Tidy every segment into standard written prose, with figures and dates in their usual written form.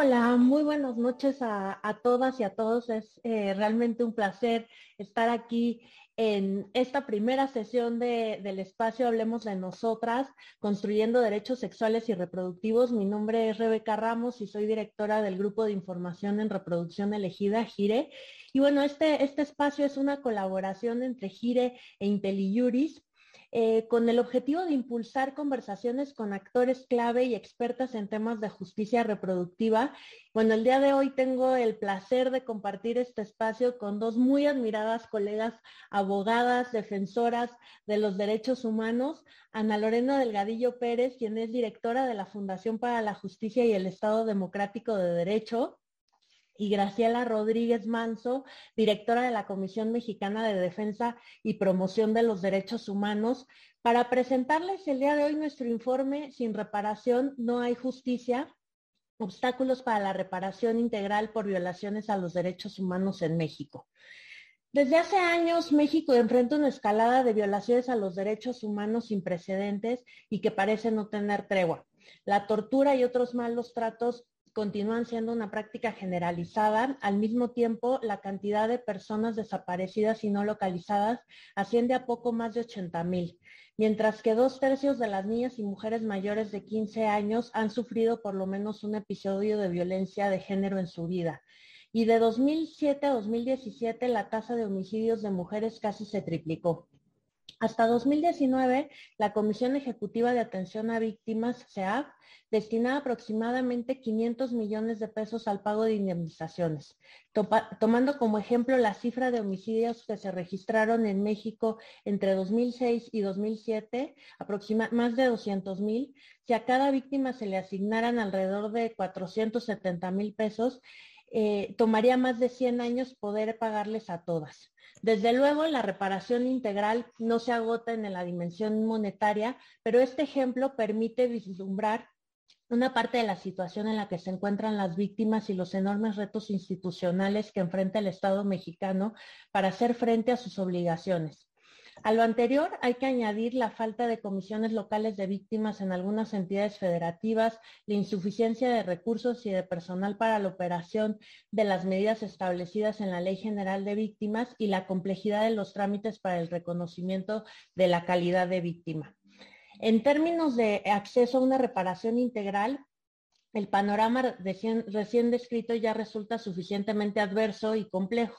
Hola, muy buenas noches a todas y a todos. Es realmente un placer estar aquí en esta primera sesión del espacio Hablemos de Nosotras, construyendo derechos sexuales y reproductivos. Mi nombre es Rebeca Ramos y soy directora del Grupo de Información en Reproducción Elegida, GIRE. Y bueno, este espacio es una colaboración entre GIRE e IntelliJuris, con el objetivo de impulsar conversaciones con actores clave y expertas en temas de justicia reproductiva. Bueno, el día de hoy tengo el placer de compartir este espacio con dos muy admiradas colegas abogadas, defensoras de los derechos humanos, Ana Lorena Delgadillo Pérez, quien es directora de la Fundación para la Justicia y el Estado Democrático de Derecho, y Graciela Rodríguez Manso, directora de la Comisión Mexicana de Defensa y Promoción de los Derechos Humanos, para presentarles el día de hoy nuestro informe Sin reparación no hay justicia, obstáculos para la reparación integral por violaciones a los derechos humanos en México. Desde hace años, México enfrenta una escalada de violaciones a los derechos humanos sin precedentes y que parece no tener tregua. La tortura y otros malos tratos continúan siendo una práctica generalizada. Al mismo tiempo, la cantidad de personas desaparecidas y no localizadas asciende a poco más de 80,000, mientras que 2/3 de las niñas y mujeres mayores de 15 años han sufrido por lo menos un episodio de violencia de género en su vida. Y de 2007 a 2017 la tasa de homicidios de mujeres casi se triplicó. Hasta 2019, la Comisión Ejecutiva de Atención a Víctimas, CEAV, destinaba aproximadamente 500 millones de pesos al pago de indemnizaciones. Tomando como ejemplo la cifra de homicidios que se registraron en México entre 2006 y 2007, más de 200,000, si a cada víctima se le asignaran alrededor de 470,000 pesos, tomaría más de 100 años poder pagarles a todas. Desde luego, la reparación integral no se agota en la dimensión monetaria, pero este ejemplo permite vislumbrar una parte de la situación en la que se encuentran las víctimas y los enormes retos institucionales que enfrenta el Estado mexicano para hacer frente a sus obligaciones. A lo anterior hay que añadir la falta de comisiones locales de víctimas en algunas entidades federativas, la insuficiencia de recursos y de personal para la operación de las medidas establecidas en la Ley General de Víctimas y la complejidad de los trámites para el reconocimiento de la calidad de víctima. En términos de acceso a una reparación integral, el panorama recién descrito ya resulta suficientemente adverso y complejo.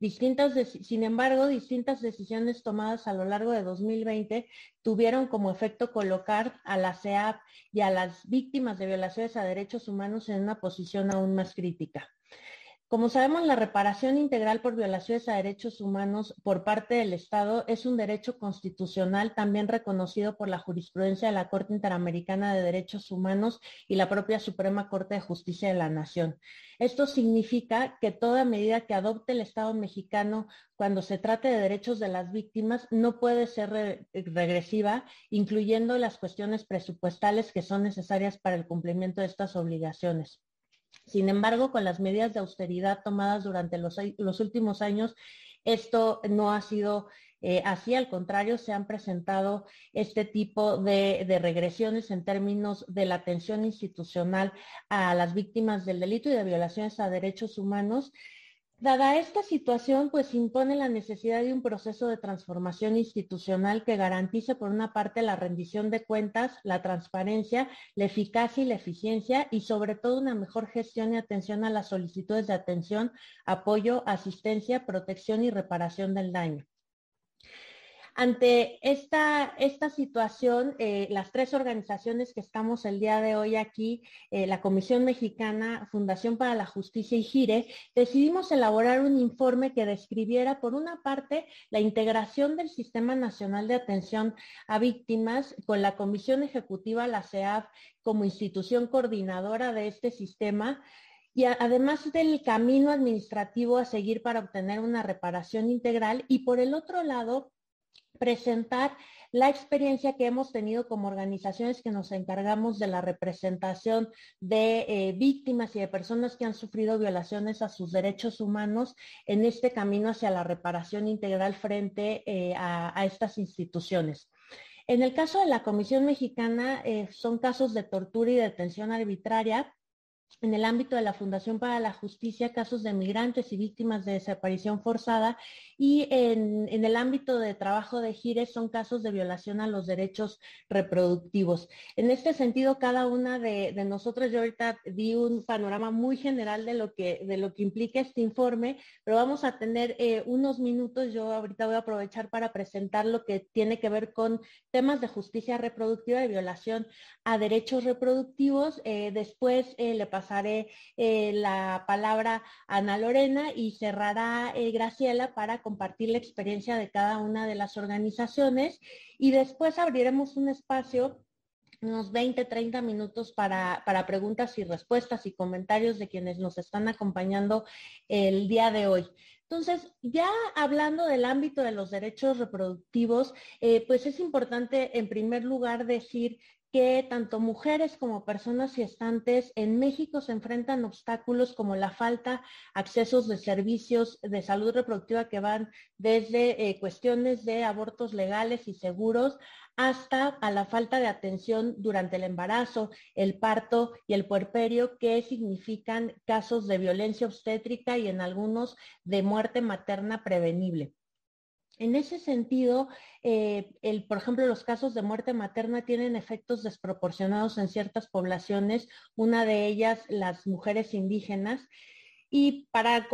Sin embargo, distintas decisiones tomadas a lo largo de 2020 tuvieron como efecto colocar a la CEAP y a las víctimas de violaciones a derechos humanos en una posición aún más crítica. Como sabemos, la reparación integral por violaciones a derechos humanos por parte del Estado es un derecho constitucional también reconocido por la jurisprudencia de la Corte Interamericana de Derechos Humanos y la propia Suprema Corte de Justicia de la Nación. Esto significa que toda medida que adopte el Estado mexicano cuando se trate de derechos de las víctimas no puede ser regresiva, incluyendo las cuestiones presupuestales que son necesarias para el cumplimiento de estas obligaciones. Sin embargo, con las medidas de austeridad tomadas durante los últimos años, esto no ha sido así. Al contrario, se han presentado este tipo de regresiones en términos de la atención institucional a las víctimas del delito y de violaciones a derechos humanos. Dada esta situación, pues impone la necesidad de un proceso de transformación institucional que garantice, por una parte, la rendición de cuentas, la transparencia, la eficacia y la eficiencia, y sobre todo una mejor gestión y atención a las solicitudes de atención, apoyo, asistencia, protección y reparación del daño. Ante esta situación, las tres organizaciones que estamos el día de hoy aquí, la Comisión Mexicana, Fundación para la Justicia y GIRE, decidimos elaborar un informe que describiera, por una parte, la integración del Sistema Nacional de Atención a Víctimas con la Comisión Ejecutiva, la CEAV, como institución coordinadora de este sistema, y además del camino administrativo a seguir para obtener una reparación integral, y por el otro lado, presentar la experiencia que hemos tenido como organizaciones que nos encargamos de la representación de víctimas y de personas que han sufrido violaciones a sus derechos humanos en este camino hacia la reparación integral frente a estas instituciones. En el caso de la Comisión Mexicana, son casos de tortura y detención arbitraria, en el ámbito de la Fundación para la Justicia, casos de migrantes y víctimas de desaparición forzada, y en el ámbito de trabajo de GIRE son casos de violación a los derechos reproductivos. En este sentido, cada una de nosotros, yo ahorita di un panorama muy general de lo que implica este informe, pero vamos a tener unos minutos. Yo ahorita voy a aprovechar para presentar lo que tiene que ver con temas de justicia reproductiva y violación a derechos reproductivos. Después le pasaré la palabra a Ana Lorena y cerrará Graciela para compartir la experiencia de cada una de las organizaciones, y después abriremos un espacio, unos 20, 30 minutos para preguntas y respuestas y comentarios de quienes nos están acompañando el día de hoy. Entonces, ya hablando del ámbito de los derechos reproductivos, pues es importante en primer lugar decir que tanto mujeres como personas gestantes en México se enfrentan obstáculos como la falta de accesos de servicios de salud reproductiva que van desde cuestiones de abortos legales y seguros hasta a la falta de atención durante el embarazo, el parto y el puerperio, que significan casos de violencia obstétrica y en algunos de muerte materna prevenible. En ese sentido, por ejemplo, los casos de muerte materna tienen efectos desproporcionados en ciertas poblaciones, una de ellas las mujeres indígenas. Y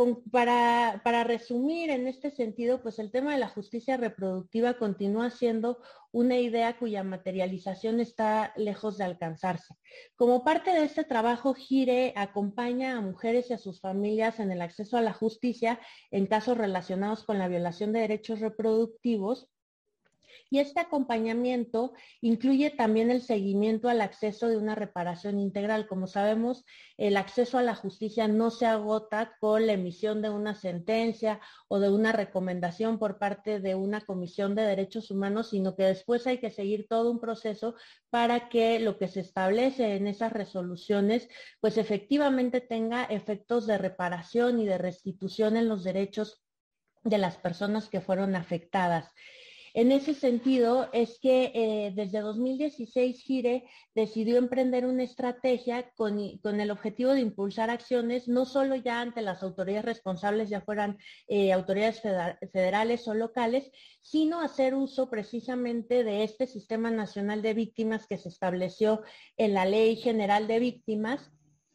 para resumir en este sentido, pues el tema de la justicia reproductiva continúa siendo una idea cuya materialización está lejos de alcanzarse. Como parte de este trabajo, GIRE acompaña a mujeres y a sus familias en el acceso a la justicia en casos relacionados con la violación de derechos reproductivos. Y este acompañamiento incluye también el seguimiento al acceso de una reparación integral. Como sabemos, el acceso a la justicia no se agota con la emisión de una sentencia o de una recomendación por parte de una comisión de derechos humanos, sino que después hay que seguir todo un proceso para que lo que se establece en esas resoluciones, pues efectivamente tenga efectos de reparación y de restitución en los derechos de las personas que fueron afectadas. En ese sentido, es que desde 2016 GIRE decidió emprender una estrategia con el objetivo de impulsar acciones no solo ya ante las autoridades responsables, ya fueran autoridades federales o locales, sino hacer uso precisamente de este Sistema Nacional de Víctimas que se estableció en la Ley General de Víctimas,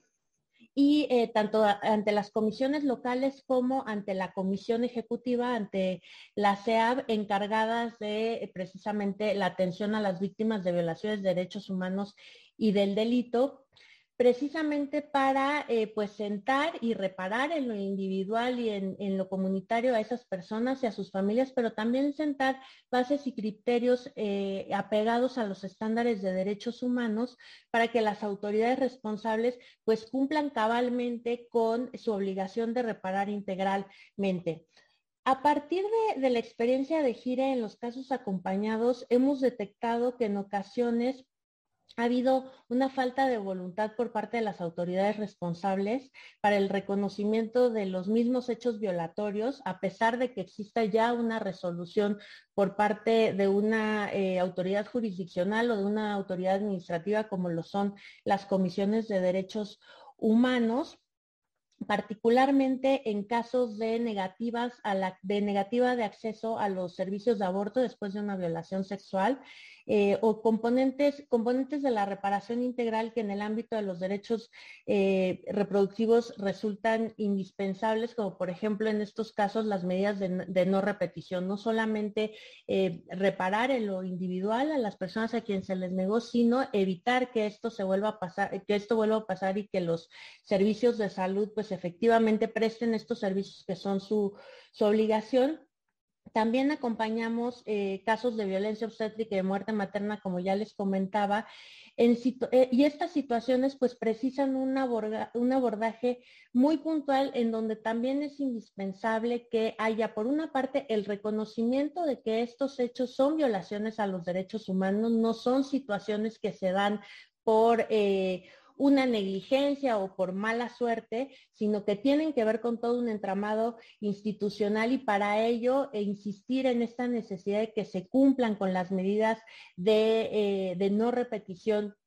y tanto ante las comisiones locales como ante la comisión ejecutiva, ante la CEAB, encargadas de precisamente la atención a las víctimas de violaciones de derechos humanos y del delito, precisamente para pues sentar y reparar en lo individual y en lo comunitario a esas personas y a sus familias, pero también sentar bases y criterios apegados a los estándares de derechos humanos para que las autoridades responsables pues cumplan cabalmente con su obligación de reparar integralmente. A partir de la experiencia de GIRE en los casos acompañados, hemos detectado que en ocasiones ha habido una falta de voluntad por parte de las autoridades responsables para el reconocimiento de los mismos hechos violatorios, a pesar de que exista ya una resolución por parte de una autoridad jurisdiccional o de una autoridad administrativa, como lo son las comisiones de derechos humanos, particularmente en casos de negativa de acceso a los servicios de aborto después de una violación sexual, o componentes de la reparación integral que en el ámbito de los derechos reproductivos resultan indispensables, como por ejemplo en estos casos las medidas de no repetición, no solamente reparar en lo individual a las personas a quienes se les negó, sino evitar que esto vuelva a pasar y que los servicios de salud pues efectivamente presten estos servicios que son su obligación. También acompañamos casos de violencia obstétrica y de muerte materna, como ya les comentaba, y estas situaciones pues precisan un abordaje muy puntual en donde también es indispensable que haya, por una parte, el reconocimiento de que estos hechos son violaciones a los derechos humanos, no son situaciones que se dan por una negligencia o por mala suerte, sino que tienen que ver con todo un entramado institucional, y para ello insistir en esta necesidad de que se cumplan con las medidas de no repetición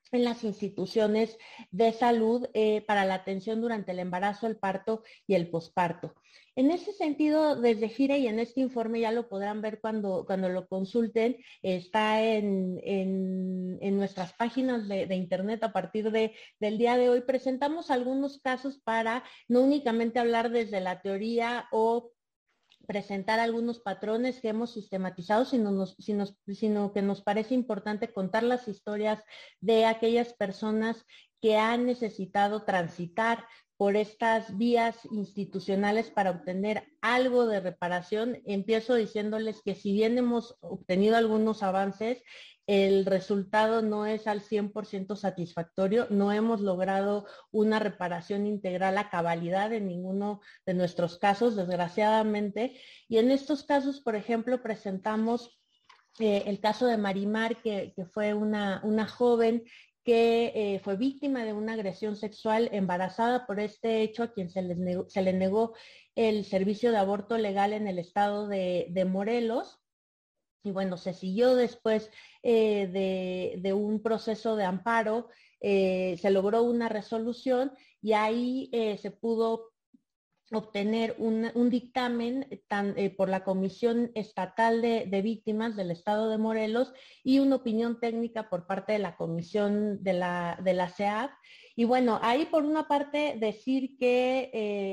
en las instituciones de salud para la atención durante el embarazo, el parto y el posparto. En ese sentido, desde GIRE y en este informe ya lo podrán ver cuando lo consulten, está en nuestras páginas de internet a partir del día de hoy. Presentamos algunos casos para no únicamente hablar desde la teoría o presentar algunos patrones que hemos sistematizado, sino que nos parece importante contar las historias de aquellas personas que han necesitado transitar por estas vías institucionales para obtener algo de reparación. Empiezo diciéndoles que si bien hemos obtenido algunos avances, el resultado no es al 100% satisfactorio, no hemos logrado una reparación integral a cabalidad en ninguno de nuestros casos, desgraciadamente. Y en estos casos, por ejemplo, presentamos el caso de Marimar, que fue una joven que fue víctima de una agresión sexual embarazada. Por este hecho, a quien se le negó el servicio de aborto legal en el estado de Morelos. Y bueno, se siguió después de un proceso de amparo, se logró una resolución y ahí se pudo obtener un dictamen por la Comisión Estatal de Víctimas del Estado de Morelos y una opinión técnica por parte de la Comisión de la CEAP. Y bueno, ahí por una parte decir que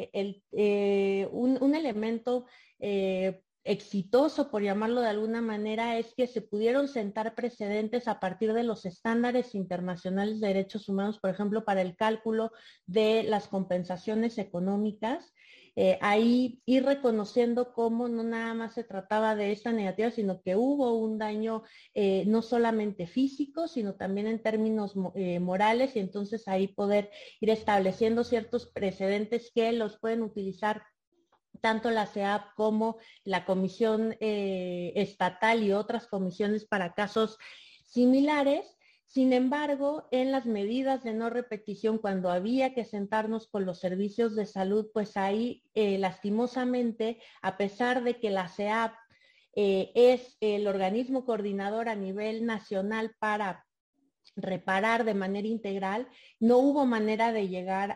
un elemento exitoso, por llamarlo de alguna manera, es que se pudieron sentar precedentes a partir de los estándares internacionales de derechos humanos, por ejemplo, para el cálculo de las compensaciones económicas. Ahí ir reconociendo cómo no nada más se trataba de esta negativa, sino que hubo un daño no solamente físico, sino también en términos morales, y entonces ahí poder ir estableciendo ciertos precedentes que los pueden utilizar tanto la CEAP como la Comisión Estatal y otras comisiones para casos similares. Sin embargo, en las medidas de no repetición, cuando había que sentarnos con los servicios de salud, pues ahí lastimosamente, a pesar de que la CEAP es el organismo coordinador a nivel nacional para reparar de manera integral, no hubo manera de llegar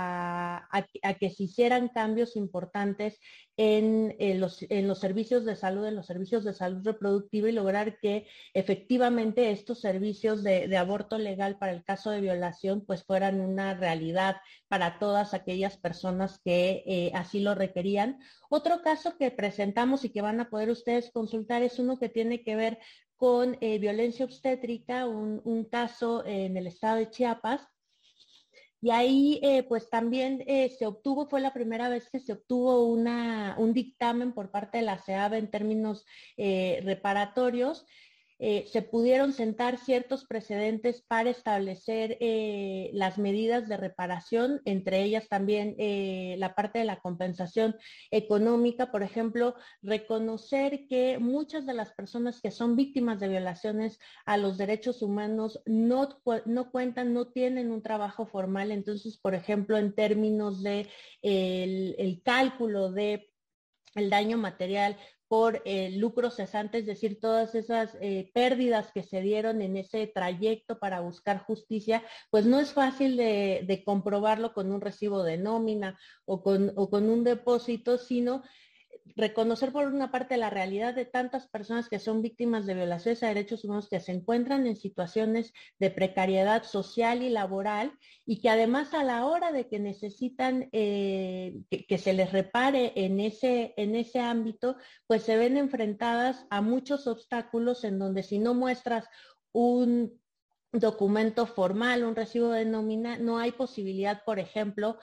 a que se hicieran cambios importantes en los servicios de salud, en los servicios de salud reproductiva, y lograr que efectivamente estos servicios de aborto legal para el caso de violación pues fueran una realidad para todas aquellas personas que así lo requerían. Otro caso que presentamos y que van a poder ustedes consultar es uno que tiene que ver con violencia obstétrica, un caso en el estado de Chiapas. Y ahí pues también fue la primera vez que se obtuvo un dictamen por parte de la CEAB en términos reparatorios. Se pudieron sentar ciertos precedentes para establecer las medidas de reparación, entre ellas también la parte de la compensación económica. Por ejemplo, reconocer que muchas de las personas que son víctimas de violaciones a los derechos humanos no cuentan, no tienen un trabajo formal. Entonces, por ejemplo, en términos de el cálculo de el daño material por lucro cesante, es decir, todas esas pérdidas que se dieron en ese trayecto para buscar justicia, pues no es fácil de comprobarlo con un recibo de nómina o con un depósito, sino reconocer por una parte la realidad de tantas personas que son víctimas de violaciones a derechos humanos, que se encuentran en situaciones de precariedad social y laboral, y que además a la hora de que necesitan que se les repare en ese ámbito, pues se ven enfrentadas a muchos obstáculos en donde si no muestras un documento formal, un recibo de nómina, no hay posibilidad, por ejemplo,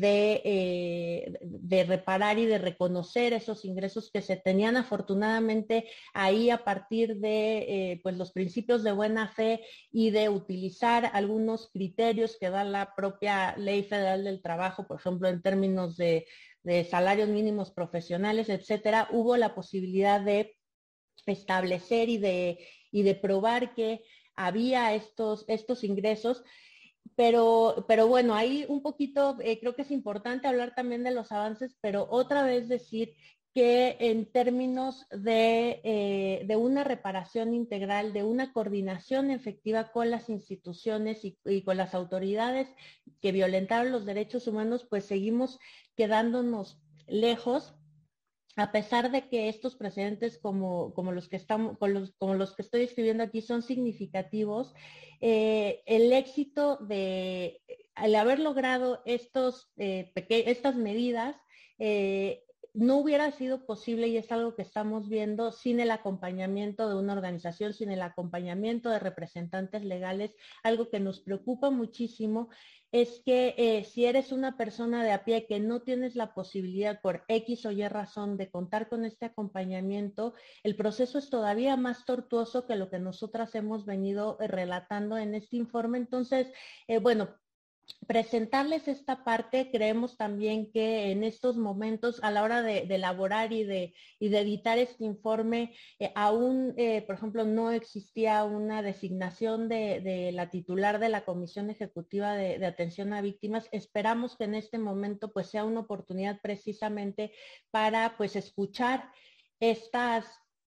de reparar y de reconocer esos ingresos que se tenían. Afortunadamente, ahí a partir de pues los principios de buena fe y de utilizar algunos criterios que da la propia Ley Federal del Trabajo, por ejemplo, en términos de salarios mínimos profesionales, etcétera, hubo la posibilidad de establecer y de probar que había estos ingresos, pero bueno, ahí un poquito creo que es importante hablar también de los avances, pero otra vez decir que en términos de una reparación integral, de una coordinación efectiva con las instituciones y con las autoridades que violentaron los derechos humanos, pues seguimos quedándonos lejos, a pesar de que estos precedentes como los que estamos, como los que estoy escribiendo aquí son significativos. El éxito de al haber logrado estas medidas, no hubiera sido posible, y es algo que estamos viendo, sin el acompañamiento de una organización, sin el acompañamiento de representantes legales. Algo que nos preocupa muchísimo es que si eres una persona de a pie que no tienes la posibilidad por X o Y razón de contar con este acompañamiento, el proceso es todavía más tortuoso que lo que nosotras hemos venido relatando en este informe. Entonces, bueno, presentarles esta parte. Creemos también que en estos momentos, a la hora de elaborar y de editar este informe, aún, por ejemplo, no existía una designación de la titular de la Comisión Ejecutiva de Atención a Víctimas. Esperamos que en este momento pues sea una oportunidad precisamente para pues escuchar estas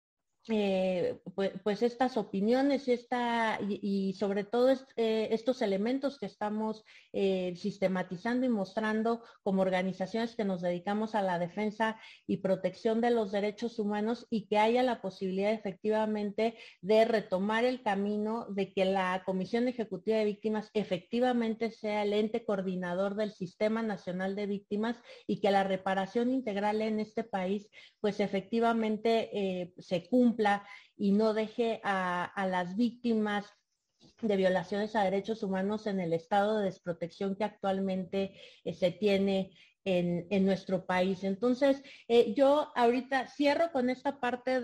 pues estas opiniones y sobre todo estos elementos que estamos sistematizando y mostrando como organizaciones que nos dedicamos a la defensa y protección de los derechos humanos, y que haya la posibilidad efectivamente de retomar el camino de que la Comisión Ejecutiva de Víctimas efectivamente sea el ente coordinador del Sistema Nacional de Víctimas, y que la reparación integral en este país pues efectivamente se cumpla y no deje a las víctimas de violaciones a derechos humanos en el estado de desprotección que actualmente se tiene en nuestro país. Entonces, yo ahorita cierro con esta parte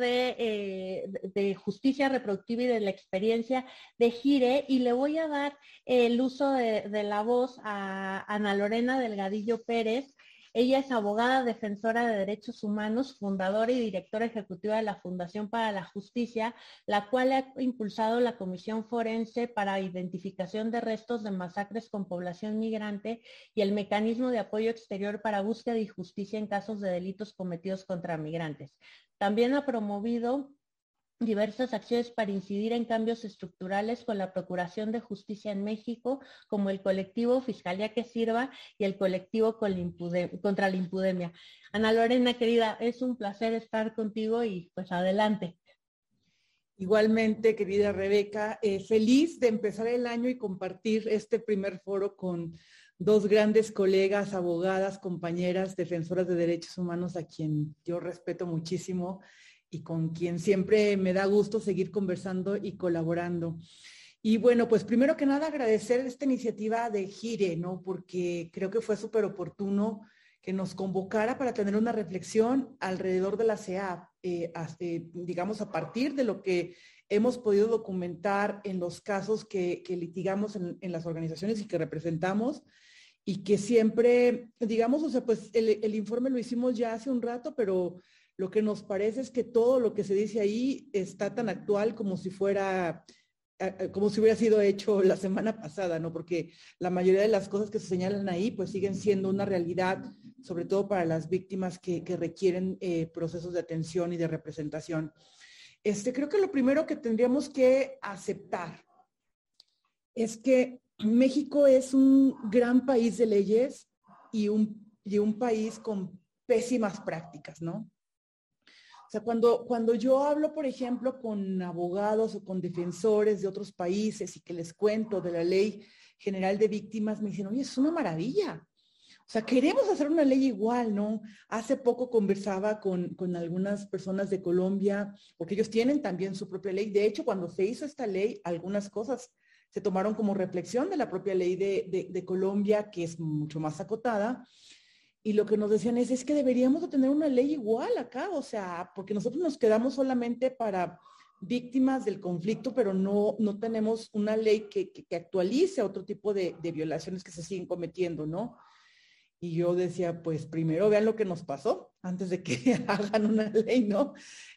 de justicia reproductiva y de la experiencia de Gire, y le voy a dar el uso de la voz a Ana Lorena Delgadillo Pérez. Ella es abogada defensora de derechos humanos, fundadora y directora ejecutiva de la Fundación para la Justicia, la cual ha impulsado la Comisión Forense para Identificación de Restos de Masacres con Población Migrante y el Mecanismo de Apoyo Exterior para Búsqueda y Justicia en casos de delitos cometidos contra migrantes. También ha promovido diversas acciones para incidir en cambios estructurales con la Procuración de Justicia en México, como el colectivo Fiscalía que Sirva y el colectivo contra la impudemia. Ana Lorena, querida, es un placer estar contigo y pues adelante. Igualmente, querida Rebeca, feliz de empezar el año y compartir este primer foro con dos grandes colegas, abogadas, compañeras, defensoras de derechos humanos, a quien yo respeto muchísimo y con quien siempre me da gusto seguir conversando y colaborando. Y bueno, pues primero que nada agradecer esta iniciativa de Gire, ¿no? Porque creo que fue súper oportuno que nos convocara para tener una reflexión alrededor de la CEAP, digamos, a partir de lo que hemos podido documentar en los casos que litigamos en las organizaciones y que representamos, y que siempre, digamos, o sea, pues el informe lo hicimos ya hace un rato, pero lo que nos parece es que todo lo que se dice ahí está tan actual como si fuera, como si hubiera sido hecho la semana pasada, ¿no? Porque la mayoría de las cosas que se señalan ahí, pues siguen siendo una realidad, sobre todo para las víctimas que requieren procesos de atención y de representación. Creo que lo primero que tendríamos que aceptar es que México es un gran país de leyes y un país con pésimas prácticas, ¿no? O sea, cuando yo hablo, por ejemplo, con abogados o con defensores de otros países y que les cuento de la Ley General de Víctimas, me dicen, oye, es una maravilla. O sea, queremos hacer una ley igual, ¿no? Hace poco conversaba con algunas personas de Colombia, porque ellos tienen también su propia ley. De hecho, cuando se hizo esta ley, algunas cosas se tomaron como reflexión de la propia ley de Colombia, que es mucho más acotada. Y lo que nos decían es que deberíamos de tener una ley igual acá, o sea, porque nosotros nos quedamos solamente para víctimas del conflicto, pero no tenemos una ley que actualice otro tipo de violaciones que se siguen cometiendo, ¿no? Y yo decía, pues primero vean lo que nos pasó antes de que hagan una ley, ¿no?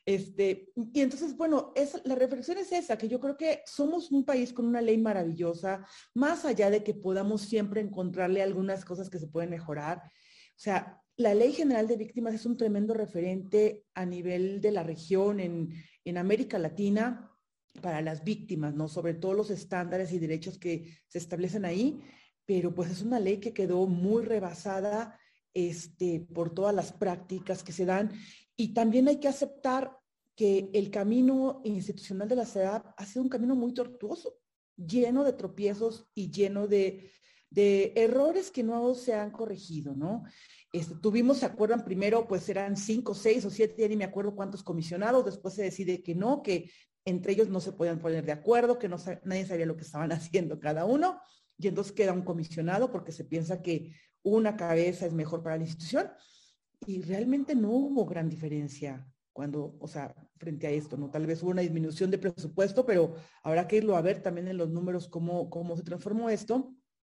Y entonces, bueno, la reflexión es esa, que yo creo que somos un país con una ley maravillosa, más allá de que podamos siempre encontrarle algunas cosas que se pueden mejorar. O sea, la Ley General de Víctimas es un tremendo referente a nivel de la región en América Latina para las víctimas, ¿no? Sobre todo los estándares y derechos que se establecen ahí, pero pues es una ley que quedó muy rebasada por todas las prácticas que se dan. Y también hay que aceptar que el camino institucional de la CEDAP ha sido un camino muy tortuoso, lleno de tropiezos y lleno de errores que no se han corregido, ¿no? Tuvimos, ¿se acuerdan? Primero, pues eran 5, 6 o 7, ya ni me acuerdo cuántos comisionados, después se decide que no, que entre ellos no se podían poner de acuerdo, que no, nadie sabía lo que estaban haciendo cada uno, y entonces queda un comisionado porque se piensa que una cabeza es mejor para la institución, y realmente no hubo gran diferencia cuando, o sea, frente a esto, ¿no? Tal vez hubo una disminución de presupuesto, pero habrá que irlo a ver también en los números cómo se transformó esto.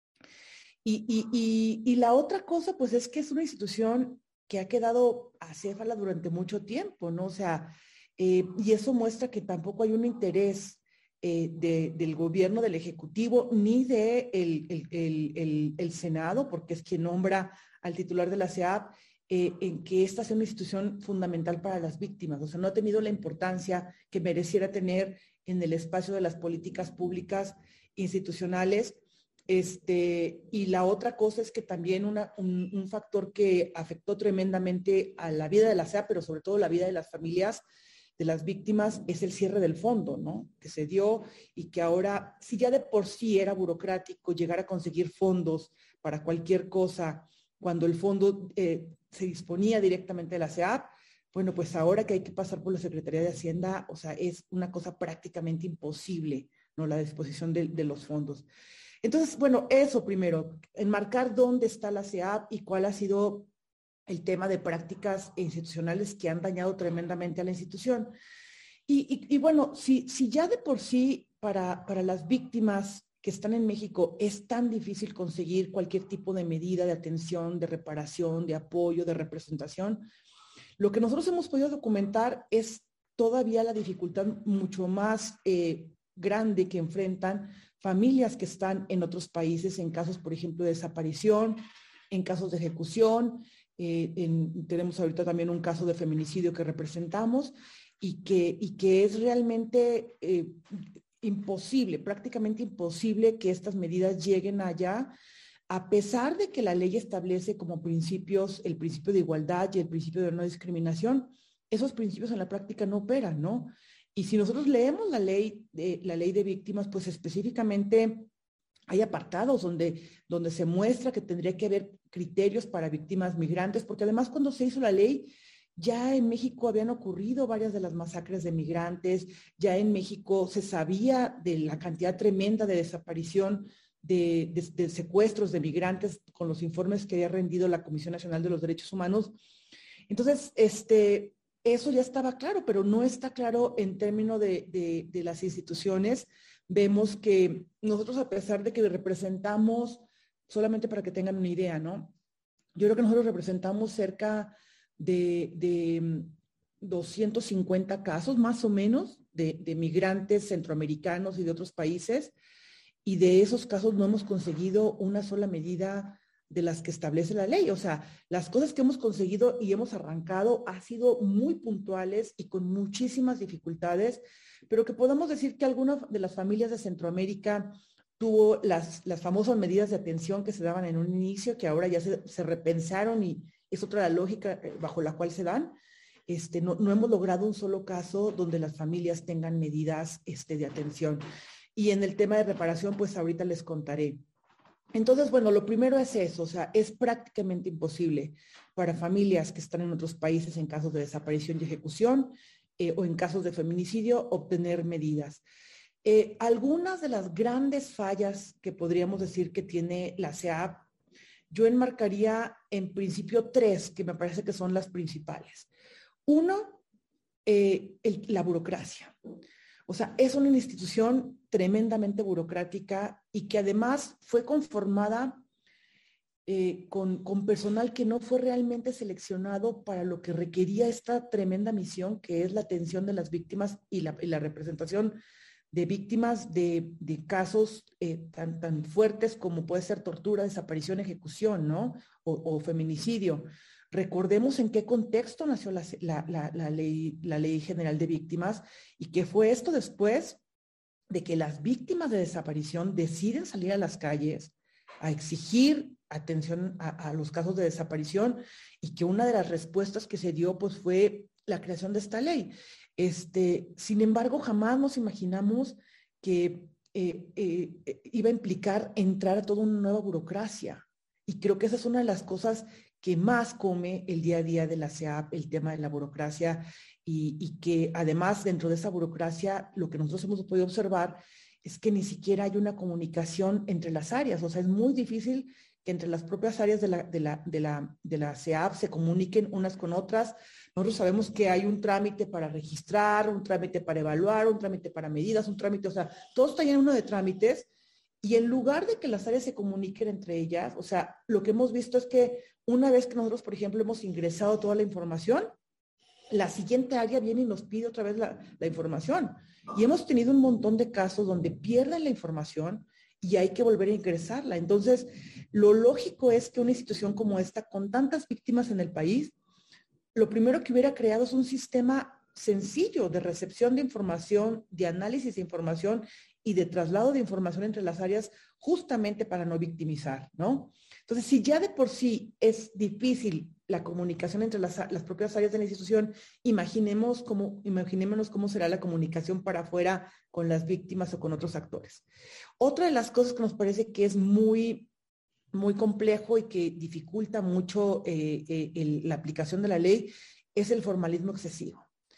Y la otra cosa, pues es que es una institución que ha quedado acéfala durante mucho tiempo, ¿no? O sea, y eso muestra que tampoco hay un interés del gobierno, del Ejecutivo, ni de el Senado, porque es quien nombra al titular de la CEAP, en que esta sea una institución fundamental para las víctimas. O sea, no ha tenido la importancia que mereciera tener en el espacio de las políticas públicas institucionales. Y la otra cosa es que también un factor que afectó tremendamente a la vida de la CEA, pero sobre todo la vida de las familias de las víctimas, es el cierre del fondo, ¿no? Que se dio y que ahora, si ya de por sí era burocrático llegar a conseguir fondos para cualquier cosa, cuando el fondo se disponía directamente de la CEA, bueno, pues ahora que hay que pasar por la Secretaría de Hacienda, o sea, es una cosa prácticamente imposible, ¿no? La disposición de los fondos. Entonces, bueno, eso primero, enmarcar dónde está la CEAP y cuál ha sido el tema de prácticas institucionales que han dañado tremendamente a la institución. Y bueno, si ya de por sí para las víctimas que están en México es tan difícil conseguir cualquier tipo de medida de atención, de reparación, de apoyo, de representación, lo que nosotros hemos podido documentar es todavía la dificultad mucho más grande que enfrentan familias que están en otros países en casos, por ejemplo, de desaparición, en casos de ejecución. Tenemos ahorita también un caso de feminicidio que representamos y que es realmente imposible, prácticamente imposible que estas medidas lleguen allá, a pesar de que la ley establece como principios el principio de igualdad y el principio de no discriminación. Esos principios en la práctica no operan, ¿no? Y si nosotros leemos la ley de víctimas, pues específicamente hay apartados donde se muestra que tendría que haber criterios para víctimas migrantes, porque además cuando se hizo la ley, ya en México habían ocurrido varias de las masacres de migrantes, ya en México se sabía de la cantidad tremenda de desaparición, de secuestros de migrantes con los informes que había rendido la Comisión Nacional de los Derechos Humanos. Entonces, eso ya estaba claro, pero no está claro en términos de las instituciones. Vemos que nosotros, a pesar de que representamos, solamente para que tengan una idea, ¿no? Yo creo que nosotros representamos cerca de 250 casos, más o menos, de migrantes centroamericanos y de otros países, y de esos casos no hemos conseguido una sola medida de las que establece la ley. O sea, las cosas que hemos conseguido y hemos arrancado han sido muy puntuales y con muchísimas dificultades, pero que podamos decir que algunas de las familias de Centroamérica tuvo las famosas medidas de atención que se daban en un inicio, que ahora ya se repensaron y es otra la lógica bajo la cual se dan. No hemos logrado un solo caso donde las familias tengan medidas de atención. Y en el tema de reparación, pues ahorita les contaré. Entonces, bueno, lo primero es eso, o sea, es prácticamente imposible para familias que están en otros países en casos de desaparición y ejecución o en casos de feminicidio obtener medidas. Algunas de las grandes fallas que podríamos decir que tiene la CEAP, yo enmarcaría en principio 3, que me parece que son las principales. Uno, la burocracia. O sea, es una institución tremendamente burocrática y que además fue conformada con personal que no fue realmente seleccionado para lo que requería esta tremenda misión, que es la atención de las víctimas y la representación de víctimas de casos tan fuertes como puede ser tortura, desaparición, ejecución, ¿no? O feminicidio. Recordemos en qué contexto nació la Ley General de Víctimas y que fue esto después de que las víctimas de desaparición deciden salir a las calles a exigir atención a los casos de desaparición y que una de las respuestas que se dio pues fue la creación de esta ley. Sin embargo, jamás nos imaginamos que iba a implicar entrar a toda una nueva burocracia. Y creo que esa es una de las cosas que más come el día a día de la SEAP, el tema de la burocracia, y que además dentro de esa burocracia lo que nosotros hemos podido observar es que ni siquiera hay una comunicación entre las áreas. O sea, es muy difícil que entre las propias áreas de la SEAP se comuniquen unas con otras. Nosotros sabemos que hay un trámite para registrar, un trámite para evaluar, un trámite para medidas, un trámite, o sea, todo está lleno de trámites. Y en lugar de que las áreas se comuniquen entre ellas, o sea, lo que hemos visto es que una vez que nosotros, por ejemplo, hemos ingresado toda la información, la siguiente área viene y nos pide otra vez la información. Y hemos tenido un montón de casos donde pierden la información y hay que volver a ingresarla. Entonces, lo lógico es que una institución como esta, con tantas víctimas en el país, lo primero que hubiera creado es un sistema sencillo de recepción de información, de análisis de información y de traslado de información entre las áreas, justamente para no victimizar, ¿no? Entonces, si ya de por sí es difícil la comunicación entre las propias áreas de la institución, imaginémonos cómo será la comunicación para afuera con las víctimas o con otros actores. Otra de las cosas que nos parece que es muy complejo y que dificulta mucho la aplicación de la ley es el formalismo excesivo.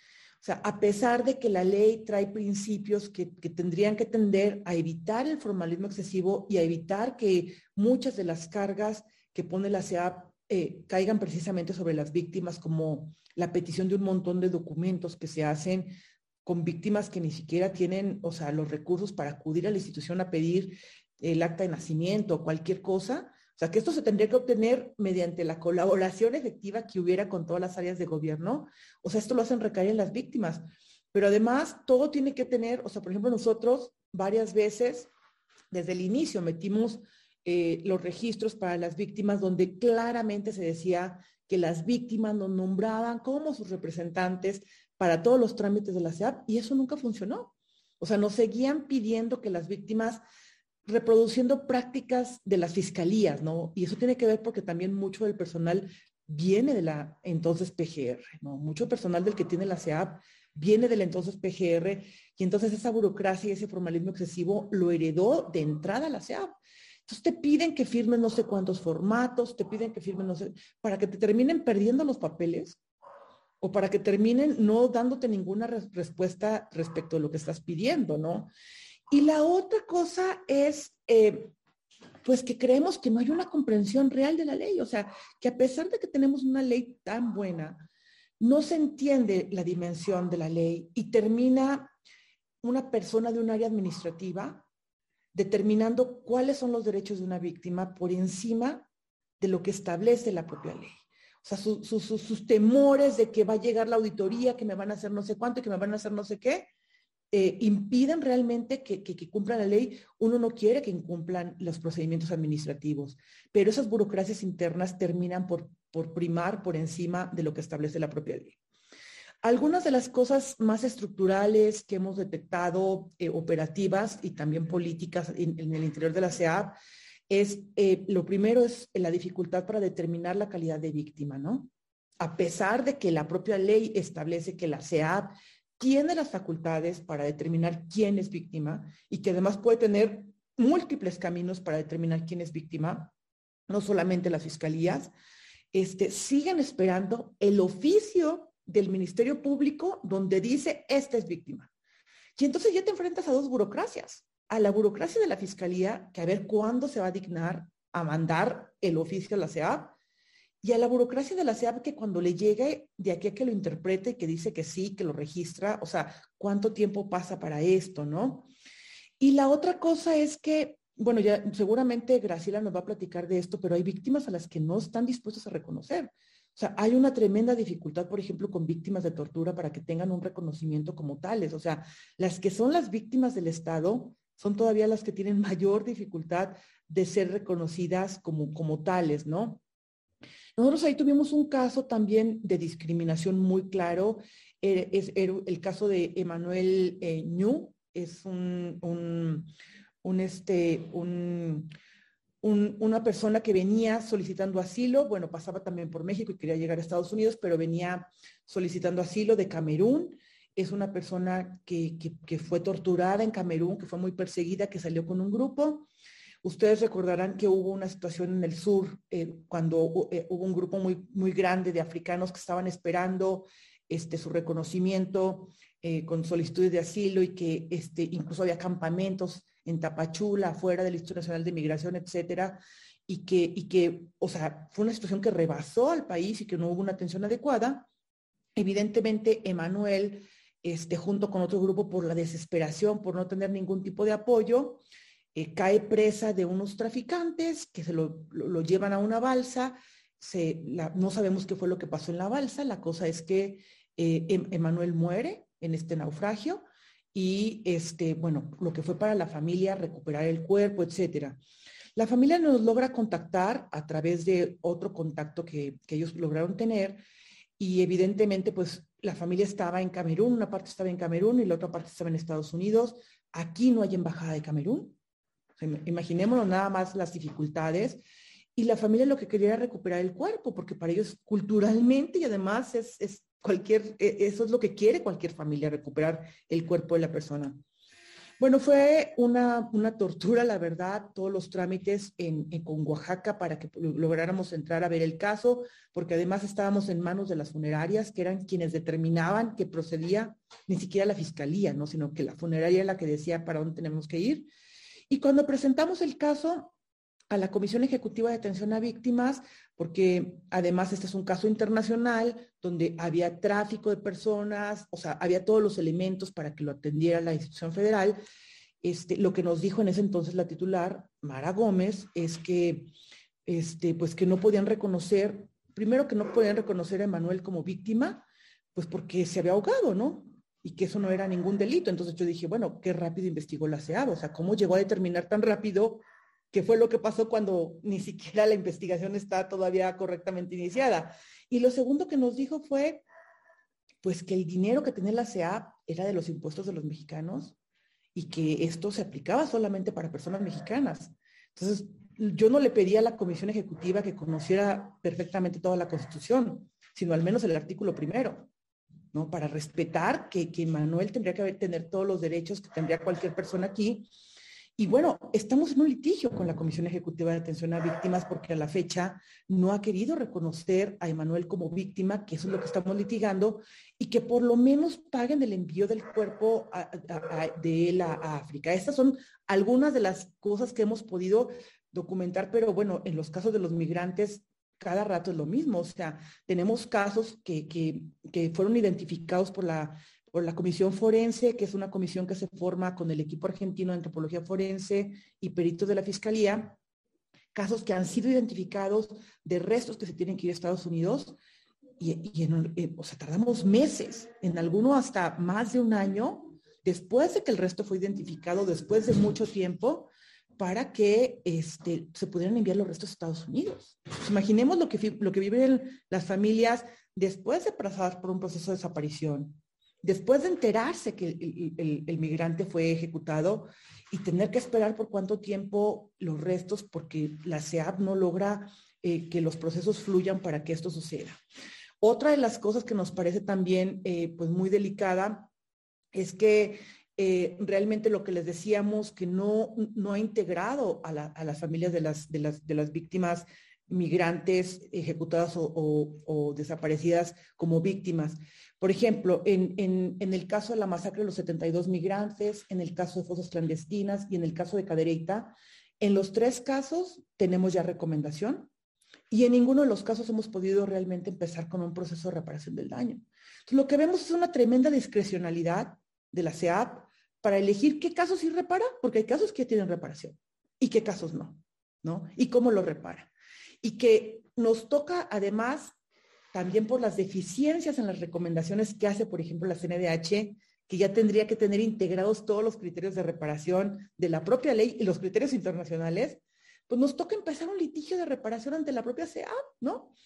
O sea, a pesar de que la ley trae principios que tendrían que tender a evitar el formalismo excesivo y a evitar que muchas de las cargas que pone la SEAP caigan precisamente sobre las víctimas, como la petición de un montón de documentos que se hacen con víctimas que ni siquiera tienen, o sea, los recursos para acudir a la institución a pedir el acta de nacimiento o cualquier cosa. O sea, que esto se tendría que obtener mediante la colaboración efectiva que hubiera con todas las áreas de gobierno. O sea, esto lo hacen recaer en las víctimas. Pero además, todo tiene que tener, o sea, por ejemplo, nosotros varias veces, desde el inicio, metimos los registros para las víctimas donde claramente se decía que las víctimas nos nombraban como sus representantes para todos los trámites de la SEAP y eso nunca funcionó. O sea, nos seguían pidiendo que las víctimas reproduciendo prácticas de las fiscalías, ¿no? Y eso tiene que ver porque también mucho del personal viene de la entonces PGR, ¿no? Mucho personal del que tiene la SEAP viene del entonces PGR y entonces esa burocracia y ese formalismo excesivo lo heredó de entrada a la SEAP. Entonces te piden que firmes no sé cuántos formatos, te piden que firmes no sé, para que te terminen perdiendo los papeles o para que terminen no dándote ninguna respuesta respecto a lo que estás pidiendo, ¿no? Y la otra cosa es, pues que creemos que no hay una comprensión real de la ley, o sea, que a pesar de que tenemos una ley tan buena, no se entiende la dimensión de la ley y termina una persona de un área administrativa determinando cuáles son los derechos de una víctima por encima de lo que establece la propia ley. O sea, sus temores de que va a llegar la auditoría, que me van a hacer no sé cuánto y que me van a hacer no sé qué, impiden realmente que cumplan la ley. Uno no quiere que incumplan los procedimientos administrativos, pero esas burocracias internas terminan por primar por encima de lo que establece la propia ley. Algunas de las cosas más estructurales que hemos detectado, operativas y también políticas en el interior de la SEAP, es, lo primero es la dificultad para determinar la calidad de víctima, ¿no? A pesar de que la propia ley establece que la SEAP tiene las facultades para determinar quién es víctima y que además puede tener múltiples caminos para determinar quién es víctima, no solamente las fiscalías, siguen esperando el oficio del Ministerio Público donde dice, esta es víctima. Y entonces ya te enfrentas a dos burocracias. A la burocracia de la Fiscalía, que a ver cuándo se va a dignar a mandar el oficio a la SEAP, y a la burocracia de la SEAP que cuando le llegue de aquí a que lo interprete, que dice que sí, que lo registra, o sea, ¿cuánto tiempo pasa para esto, no? Y la otra cosa es que, bueno, ya seguramente Graciela nos va a platicar de esto, pero hay víctimas a las que no están dispuestos a reconocer. O sea, hay una tremenda dificultad, por ejemplo, con víctimas de tortura para que tengan un reconocimiento como tales. O sea, las que son las víctimas del Estado son todavía las que tienen mayor dificultad de ser reconocidas como tales, ¿no? Nosotros ahí tuvimos un caso también de discriminación muy claro. Era el caso de Emanuel Ñu, es una persona que venía solicitando asilo, bueno, pasaba también por México y quería llegar a Estados Unidos, pero venía solicitando asilo de Camerún. Es una persona que fue torturada en Camerún, que fue muy perseguida, que salió con un grupo. Ustedes recordarán que hubo una situación en el sur cuando hubo un grupo muy, muy grande de africanos que estaban esperando su reconocimiento con solicitudes de asilo y que incluso había campamentos en Tapachula, afuera del Instituto Nacional de Migración, etcétera, o sea, fue una situación que rebasó al país y que no hubo una atención adecuada. Evidentemente, Emanuel, junto con otro grupo, por la desesperación, por no tener ningún tipo de apoyo, cae presa de unos traficantes que se lo llevan a una balsa. No sabemos qué fue lo que pasó en la balsa. La cosa es que Emanuel muere en este naufragio y bueno, lo que fue para la familia recuperar el cuerpo, etcétera. La familia nos logra contactar a través de otro contacto que ellos lograron tener y evidentemente pues la familia estaba en Camerún, una parte estaba en Camerún y la otra parte estaba en Estados Unidos. Aquí no hay embajada de Camerún. O sea, imaginémonos nada más las dificultades. Y la familia lo que quería era recuperar el cuerpo, porque para ellos culturalmente y además eso es lo que quiere cualquier familia, recuperar el cuerpo de la persona. Bueno, fue una tortura, la verdad, todos los trámites con Oaxaca para que lográramos entrar a ver el caso, porque además estábamos en manos de las funerarias, que eran quienes determinaban que procedía, ni siquiera la fiscalía, ¿no? Sino que la funeraria era la que decía para dónde tenemos que ir. Y cuando presentamos el caso a la Comisión Ejecutiva de Atención a Víctimas, porque además este es un caso internacional donde había tráfico de personas, o sea, había todos los elementos para que lo atendiera la institución federal, lo que nos dijo en ese entonces la titular, Mara Gómez, es que, pues que no podían reconocer, primero que no podían reconocer a Emanuel como víctima, pues porque se había ahogado, ¿no? Y que eso no era ningún delito. Entonces yo dije, bueno, qué rápido investigó la CEAB, o sea, ¿cómo llegó a determinar tan rápido qué fue lo que pasó cuando ni siquiera la investigación está todavía correctamente iniciada? Y lo segundo que nos dijo fue, pues que el dinero que tenía la CEAB era de los impuestos de los mexicanos y que esto se aplicaba solamente para personas mexicanas. Entonces, yo no le pedí a la Comisión Ejecutiva que conociera perfectamente toda la Constitución, sino al menos el artículo primero, ¿no? Para respetar que Manuel tendría que tener todos los derechos que tendría cualquier persona aquí. Y bueno, estamos en un litigio con la Comisión Ejecutiva de Atención a Víctimas porque a la fecha no ha querido reconocer a Emanuel como víctima, que eso es lo que estamos litigando, y que por lo menos paguen el envío del cuerpo de él a África. Estas son algunas de las cosas que hemos podido documentar, pero bueno, en los casos de los migrantes cada rato es lo mismo. O sea, tenemos casos que fueron identificados por la Comisión Forense, que es una comisión que se forma con el equipo argentino de antropología forense y peritos de la Fiscalía, casos que han sido identificados de restos que se tienen que ir a Estados Unidos, o sea, tardamos meses, en alguno hasta más de un año, después de que el resto fue identificado, después de mucho tiempo, para que se pudieran enviar los restos a Estados Unidos. Pues imaginemos lo que viven las familias después de pasar por un proceso de desaparición, después de enterarse que el migrante fue ejecutado y tener que esperar por cuánto tiempo los restos, porque la CEAB no logra que los procesos fluyan para que esto suceda. Otra de las cosas que nos parece también pues muy delicada es que realmente lo que les decíamos, que no ha integrado a las familias de las víctimas migrantes ejecutadas o desaparecidas como víctimas. Por ejemplo, en el caso de la masacre de los 72 migrantes, en el caso de fosas clandestinas y en el caso de Cadereyta, en los tres casos tenemos ya recomendación y en ninguno de los casos hemos podido realmente empezar con un proceso de reparación del daño. Entonces, lo que vemos es una tremenda discrecionalidad de la CEAB para elegir qué casos sí repara, porque hay casos que tienen reparación y qué casos no, ¿no? Y cómo lo repara. Y que nos toca además también por las deficiencias en las recomendaciones que hace, por ejemplo, la CNDH, que ya tendría que tener integrados todos los criterios de reparación de la propia ley y los criterios internacionales, pues nos toca empezar un litigio de reparación ante la propia CEAB, ¿no?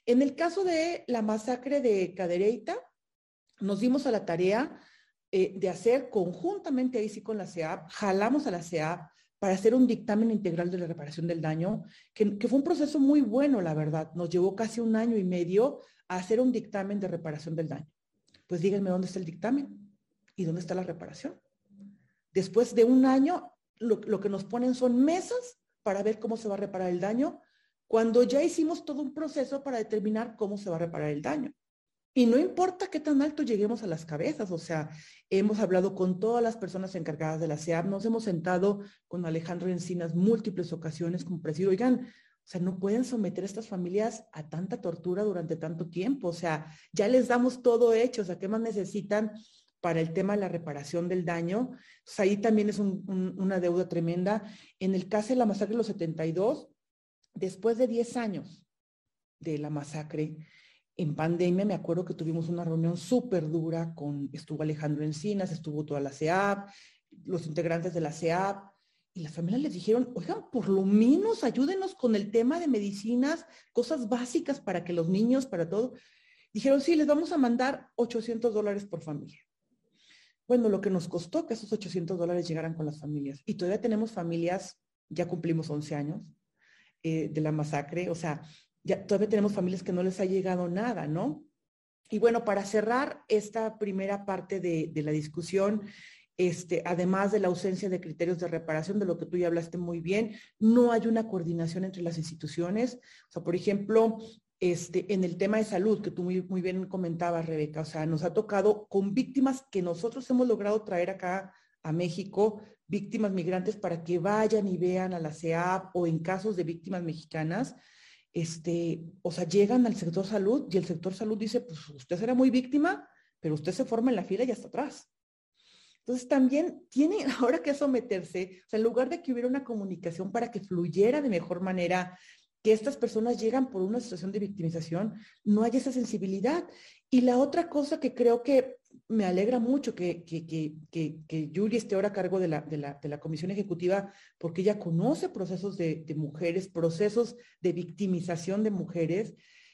En el caso de la masacre de Cadereyta, nos dimos a la tarea de hacer conjuntamente ahí sí con la CEAP, jalamos a la CEAP para hacer un dictamen integral de la reparación del daño, que fue un proceso muy bueno, la verdad. Nos llevó casi 1 año y medio a hacer un dictamen de reparación del daño. Pues díganme dónde está el dictamen y dónde está la reparación. Después de 1 año, lo que nos ponen son mesas para ver cómo se va a reparar el daño, cuando ya hicimos todo un proceso para determinar cómo se va a reparar el daño. Y no importa qué tan alto lleguemos a las cabezas, o sea, hemos hablado con todas las personas encargadas de la CEAP, nos hemos sentado con Alejandro Encinas múltiples ocasiones como para decir, oigan, o sea, no pueden someter a estas familias a tanta tortura durante tanto tiempo, o sea, ya les damos todo hecho, o sea, ¿qué más necesitan para el tema de la reparación del daño? Pues ahí también es una deuda tremenda. En el caso de la masacre de los 72, después de 10 años de la masacre, en pandemia me acuerdo que tuvimos una reunión súper dura estuvo Alejandro Encinas, estuvo toda la CEAP, los integrantes de la CEAP, y las familias les dijeron, oigan, por lo menos ayúdenos con el tema de medicinas, cosas básicas para que los niños, para todo. Dijeron, sí, les vamos a mandar $800 por familia. Bueno, lo que nos costó que esos $800 llegaran con las familias. Y todavía tenemos familias, ya cumplimos 11 años de la masacre, o sea, ya todavía tenemos familias que no les ha llegado nada, ¿no? Y bueno, para cerrar esta primera parte de la discusión, además de la ausencia de criterios de reparación, de lo que tú ya hablaste muy bien, no hay una coordinación entre las instituciones. O sea, por ejemplo, en el tema de salud, que tú muy bien comentabas, Rebeca, o sea, nos ha tocado con víctimas que nosotros hemos logrado traer acá a México, víctimas migrantes, para que vayan y vean a la CEAP, o en casos de víctimas mexicanas, o sea, llegan al sector salud y el sector salud dice, pues usted será muy víctima, pero usted se forma en la fila y hasta atrás. Entonces también tiene ahora que someterse, o sea, en lugar de que hubiera una comunicación para que fluyera de mejor manera, que estas personas llegan por una situación de victimización, no hay esa sensibilidad. Y la otra cosa que creo que me alegra mucho que Yuri esté ahora a cargo de la Comisión Ejecutiva, porque ella conoce procesos de mujeres, procesos de victimización de mujeres,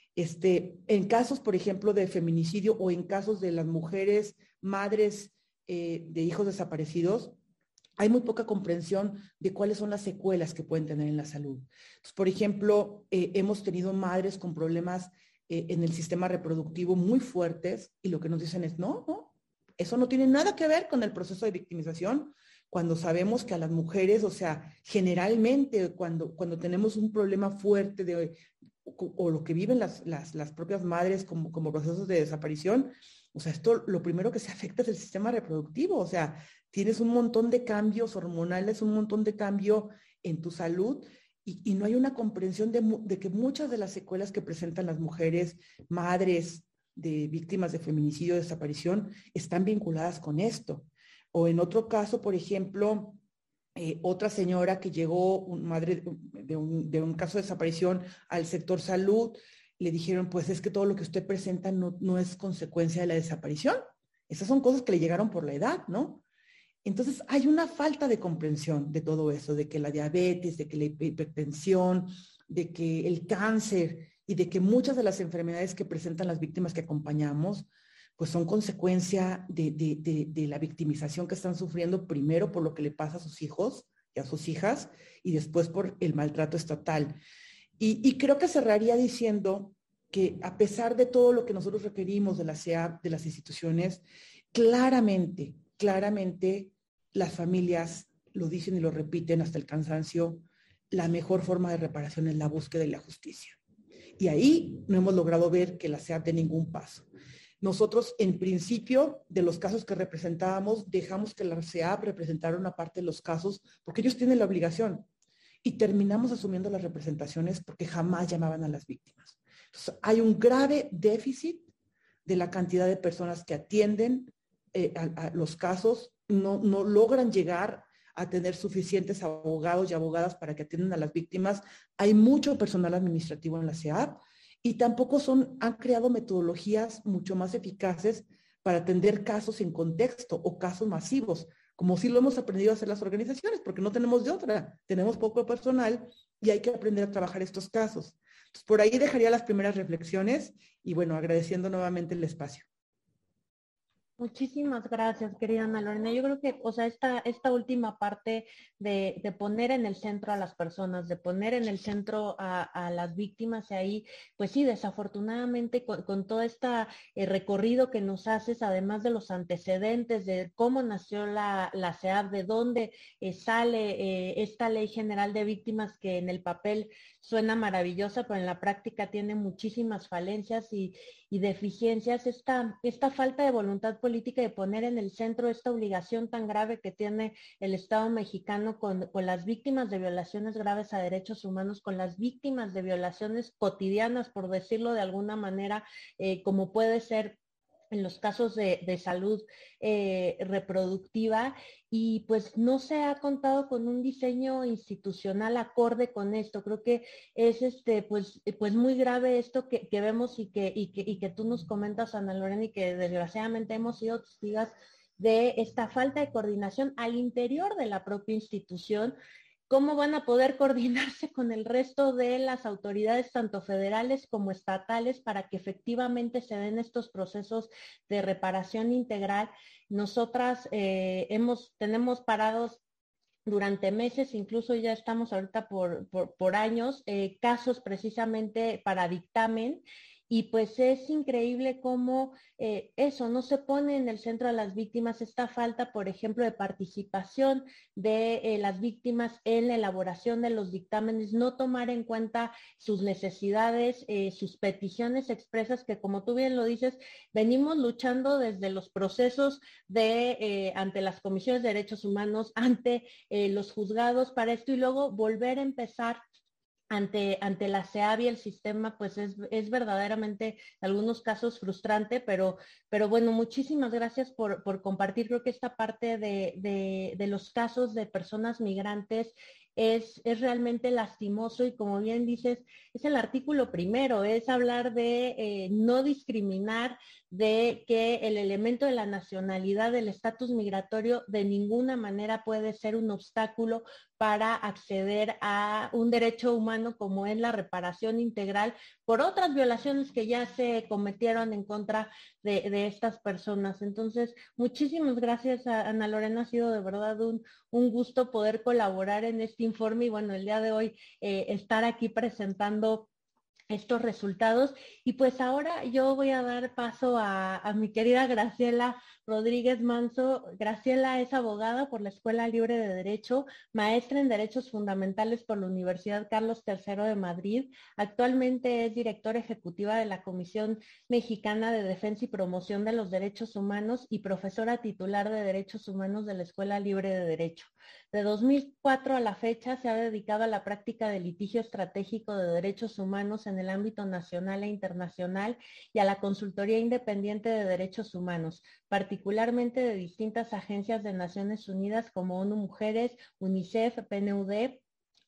en casos, por ejemplo, de feminicidio o en casos de las mujeres madres de hijos desaparecidos, hay muy poca comprensión de cuáles son las secuelas que pueden tener en la salud. Entonces, por ejemplo, hemos tenido madres con problemas en el sistema reproductivo muy fuertes y lo que nos dicen es, no, eso no tiene nada que ver con el proceso de victimización, cuando sabemos que a las mujeres, o sea, generalmente cuando tenemos un problema fuerte o lo que viven las propias madres como procesos de desaparición, o sea, esto lo primero que se afecta es el sistema reproductivo, o sea, tienes un montón de cambios hormonales, un montón de cambio en tu salud y no hay una comprensión de que muchas de las secuelas que presentan las mujeres, madres de víctimas de feminicidio o desaparición, están vinculadas con esto. O en otro caso, por ejemplo, otra señora que llegó, madre de un caso de desaparición al sector salud, le dijeron, pues es que todo lo que usted presenta no es consecuencia de la desaparición. Esas son cosas que le llegaron por la edad, ¿no? Entonces hay una falta de comprensión de todo eso, de que la diabetes, de que la hipertensión, de que el cáncer y de que muchas de las enfermedades que presentan las víctimas que acompañamos, pues son consecuencia de la victimización que están sufriendo primero por lo que le pasa a sus hijos y a sus hijas y después por el maltrato estatal. Y creo que cerraría diciendo que a pesar de todo lo que nosotros requerimos de la CEAP, de las instituciones, claramente las familias lo dicen y lo repiten hasta el cansancio, la mejor forma de reparación es la búsqueda y la justicia. Y ahí no hemos logrado ver que la CEAP dé ningún paso. Nosotros, en principio, de los casos que representábamos, dejamos que la CEAP representara una parte de los casos porque ellos tienen la obligación y terminamos asumiendo las representaciones porque jamás llamaban a las víctimas. Entonces, hay un grave déficit de la cantidad de personas que atienden a los casos, no logran llegar a tener suficientes abogados y abogadas para que atiendan a las víctimas. Hay mucho personal administrativo en la CEAP y tampoco han creado metodologías mucho más eficaces para atender casos en contexto o casos masivos, como sí lo hemos aprendido a hacer las organizaciones, porque no tenemos de otra, tenemos poco personal y hay que aprender a trabajar estos casos. Entonces, por ahí dejaría las primeras reflexiones y bueno, agradeciendo nuevamente el espacio. Muchísimas gracias, querida Ana Lorena. Yo creo que, o sea, esta última parte de poner en el centro a las personas, de poner en el centro a las víctimas, y ahí, pues sí, desafortunadamente, con todo este recorrido que nos haces, además de los antecedentes, de cómo nació la CEAV, de dónde sale esta Ley General de Víctimas, que en el papel suena maravillosa, pero en la práctica tiene muchísimas falencias y deficiencias, esta falta de voluntad política de poner en el centro esta obligación tan grave que tiene el Estado mexicano con las víctimas de violaciones graves a derechos humanos, con las víctimas de violaciones cotidianas, por decirlo de alguna manera, como puede ser en los casos de salud reproductiva, y pues no se ha contado con un diseño institucional acorde con esto. Creo que es pues muy grave esto que vemos y que tú nos comentas, Ana Lorena, y que desgraciadamente hemos sido testigos de esta falta de coordinación al interior de la propia institución. ¿Cómo van a poder coordinarse con el resto de las autoridades, tanto federales como estatales, para que efectivamente se den estos procesos de reparación integral? Nosotras tenemos parados durante meses, incluso ya estamos ahorita por años, casos precisamente para dictamen, y pues es increíble cómo eso no se pone en el centro a las víctimas, esta falta, por ejemplo, de participación de las víctimas en la elaboración de los dictámenes, no tomar en cuenta sus necesidades, sus peticiones expresas, que como tú bien lo dices, venimos luchando desde los procesos ante las comisiones de derechos humanos, ante los juzgados para esto, y luego volver a empezar ante la CEAB y el sistema, pues es verdaderamente en algunos casos frustrante, pero bueno, muchísimas gracias por compartir. Creo que esta parte de los casos de personas migrantes es realmente lastimoso, y como bien dices, es el artículo primero, es hablar de no discriminar, de que el elemento de la nacionalidad, del estatus migratorio, de ninguna manera puede ser un obstáculo para acceder a un derecho humano como es la reparación integral por otras violaciones que ya se cometieron en contra de estas personas. Entonces, muchísimas gracias, Ana Lorena, ha sido de verdad un gusto poder colaborar en este informe, y bueno, el día de hoy estar aquí presentando estos resultados. Y pues ahora yo voy a dar paso a mi querida Graciela Rodríguez Manso. Graciela es abogada por la Escuela Libre de Derecho, maestra en Derechos Fundamentales por la Universidad Carlos III de Madrid. Actualmente es directora ejecutiva de la Comisión Mexicana de Defensa y Promoción de los Derechos Humanos y profesora titular de Derechos Humanos de la Escuela Libre de Derecho. De 2004 a la fecha se ha dedicado a la práctica de litigio estratégico de derechos humanos en el ámbito nacional e internacional, y a la consultoría independiente de derechos humanos, particularmente de distintas agencias de Naciones Unidas como ONU Mujeres, UNICEF, PNUD,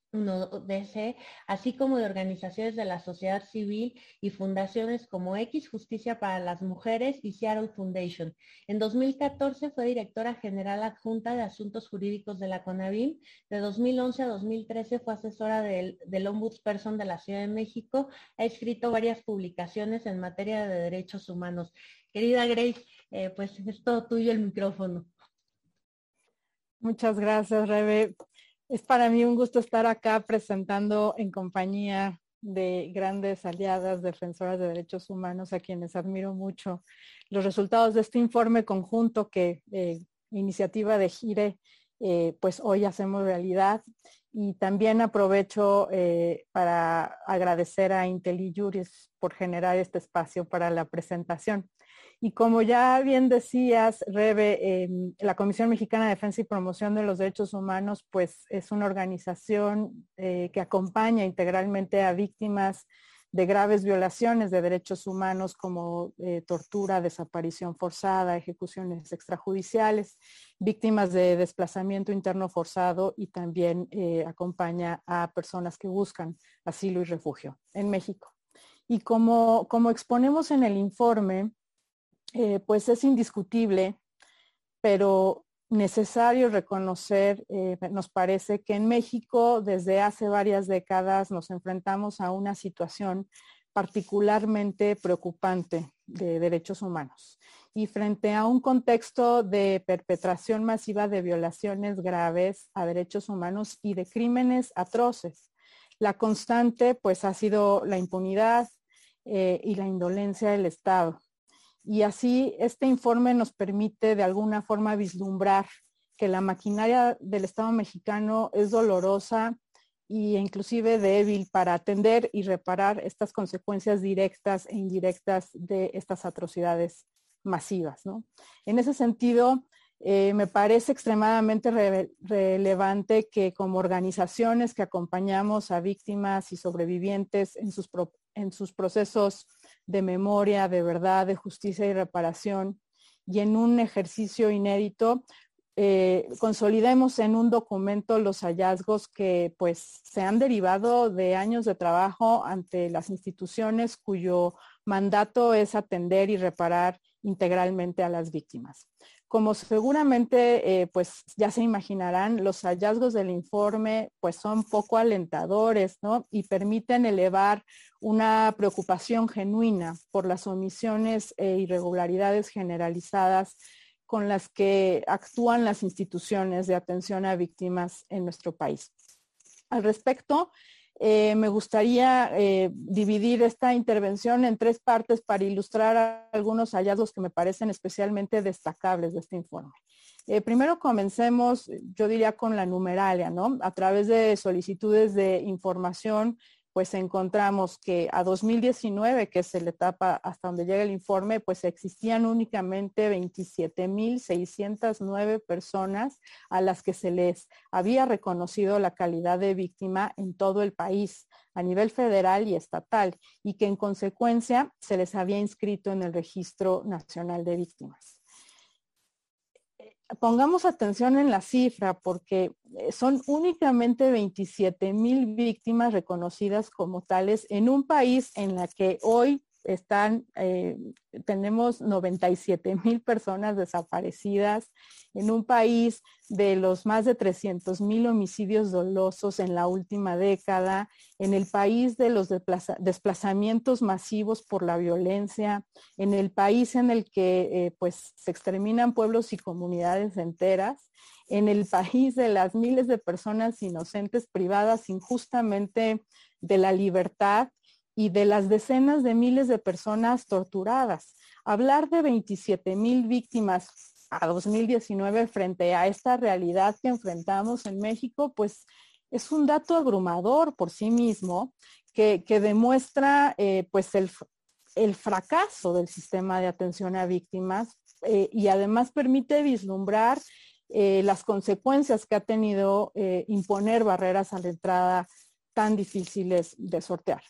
UNODC, así como de organizaciones de la sociedad civil y fundaciones como X Justicia para las Mujeres y Seattle Foundation. En 2014 fue directora general adjunta de Asuntos Jurídicos de la CONAVIM. De 2011 a 2013 fue asesora del Ombudsperson de la Ciudad de México. Ha escrito varias publicaciones en materia de derechos humanos. Querida Grace, pues es todo tuyo el micrófono. Muchas gracias, Rebe. Es para mí un gusto estar acá presentando en compañía de grandes aliadas, defensoras de derechos humanos, a quienes admiro mucho, los resultados de este informe conjunto que iniciativa de GIRE, pues hoy hacemos realidad. Y también aprovecho para agradecer a IntelliJuris por generar este espacio para la presentación. Y como ya bien decías, Rebe, la Comisión Mexicana de Defensa y Promoción de los Derechos Humanos, pues es una organización que acompaña integralmente a víctimas de graves violaciones de derechos humanos como tortura, desaparición forzada, ejecuciones extrajudiciales, víctimas de desplazamiento interno forzado, y también acompaña a personas que buscan asilo y refugio en México. Y como exponemos en el informe, pues es indiscutible, pero necesario reconocer, nos parece que en México desde hace varias décadas nos enfrentamos a una situación particularmente preocupante de derechos humanos. Y frente a un contexto de perpetración masiva de violaciones graves a derechos humanos y de crímenes atroces, la constante pues ha sido la impunidad y la indolencia del Estado. Y así este informe nos permite de alguna forma vislumbrar que la maquinaria del Estado mexicano es dolorosa e inclusive débil para atender y reparar estas consecuencias directas e indirectas de estas atrocidades masivas, ¿no? En ese sentido, me parece extremadamente relevante que como organizaciones que acompañamos a víctimas y sobrevivientes en sus procesos de memoria, de verdad, de justicia y reparación, y en un ejercicio inédito, consolidemos en un documento los hallazgos que pues se han derivado de años de trabajo ante las instituciones cuyo mandato es atender y reparar integralmente a las víctimas. Como seguramente pues ya se imaginarán, los hallazgos del informe pues son poco alentadores, ¿no? Y permiten elevar una preocupación genuina por las omisiones e irregularidades generalizadas con las que actúan las instituciones de atención a víctimas en nuestro país. Al respecto, me gustaría dividir esta intervención en tres partes para ilustrar algunos hallazgos que me parecen especialmente destacables de este informe. Primero comencemos, yo diría, con la numeralia, ¿no? A través de solicitudes de información, pues encontramos que a 2019, que es la etapa hasta donde llega el informe, pues existían únicamente 27,609 personas a las que se les había reconocido la calidad de víctima en todo el país, a nivel federal y estatal, y que en consecuencia se les había inscrito en el Registro Nacional de Víctimas. Pongamos atención en la cifra porque son únicamente 27,000 víctimas reconocidas como tales en un país en la que hoy tenemos 97,000 personas desaparecidas, en un país de los más de 300,000 homicidios dolosos en la última década, en el país de los desplazamientos masivos por la violencia, en el país en el que pues se exterminan pueblos y comunidades enteras, en el país de las miles de personas inocentes privadas injustamente de la libertad y de las decenas de miles de personas torturadas. Hablar de 27,000 víctimas a 2019 frente a esta realidad que enfrentamos en México, pues es un dato abrumador por sí mismo que demuestra pues el fracaso del sistema de atención a víctimas y además permite vislumbrar las consecuencias que ha tenido imponer barreras a la entrada tan difíciles de sortear.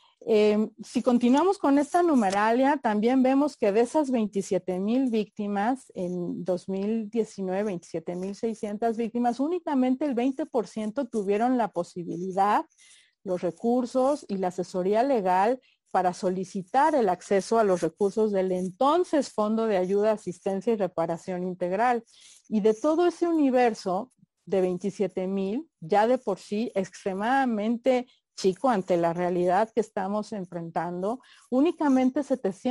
Si continuamos con esta numeralia, también vemos que de esas 27,000 víctimas, en 2019, 27,600 víctimas, únicamente el 20% tuvieron la posibilidad, los recursos y la asesoría legal para solicitar el acceso a los recursos del entonces Fondo de Ayuda, Asistencia y Reparación Integral. Y de todo ese universo de 27,000, ya de por sí extremadamente chico ante la realidad que estamos enfrentando, únicamente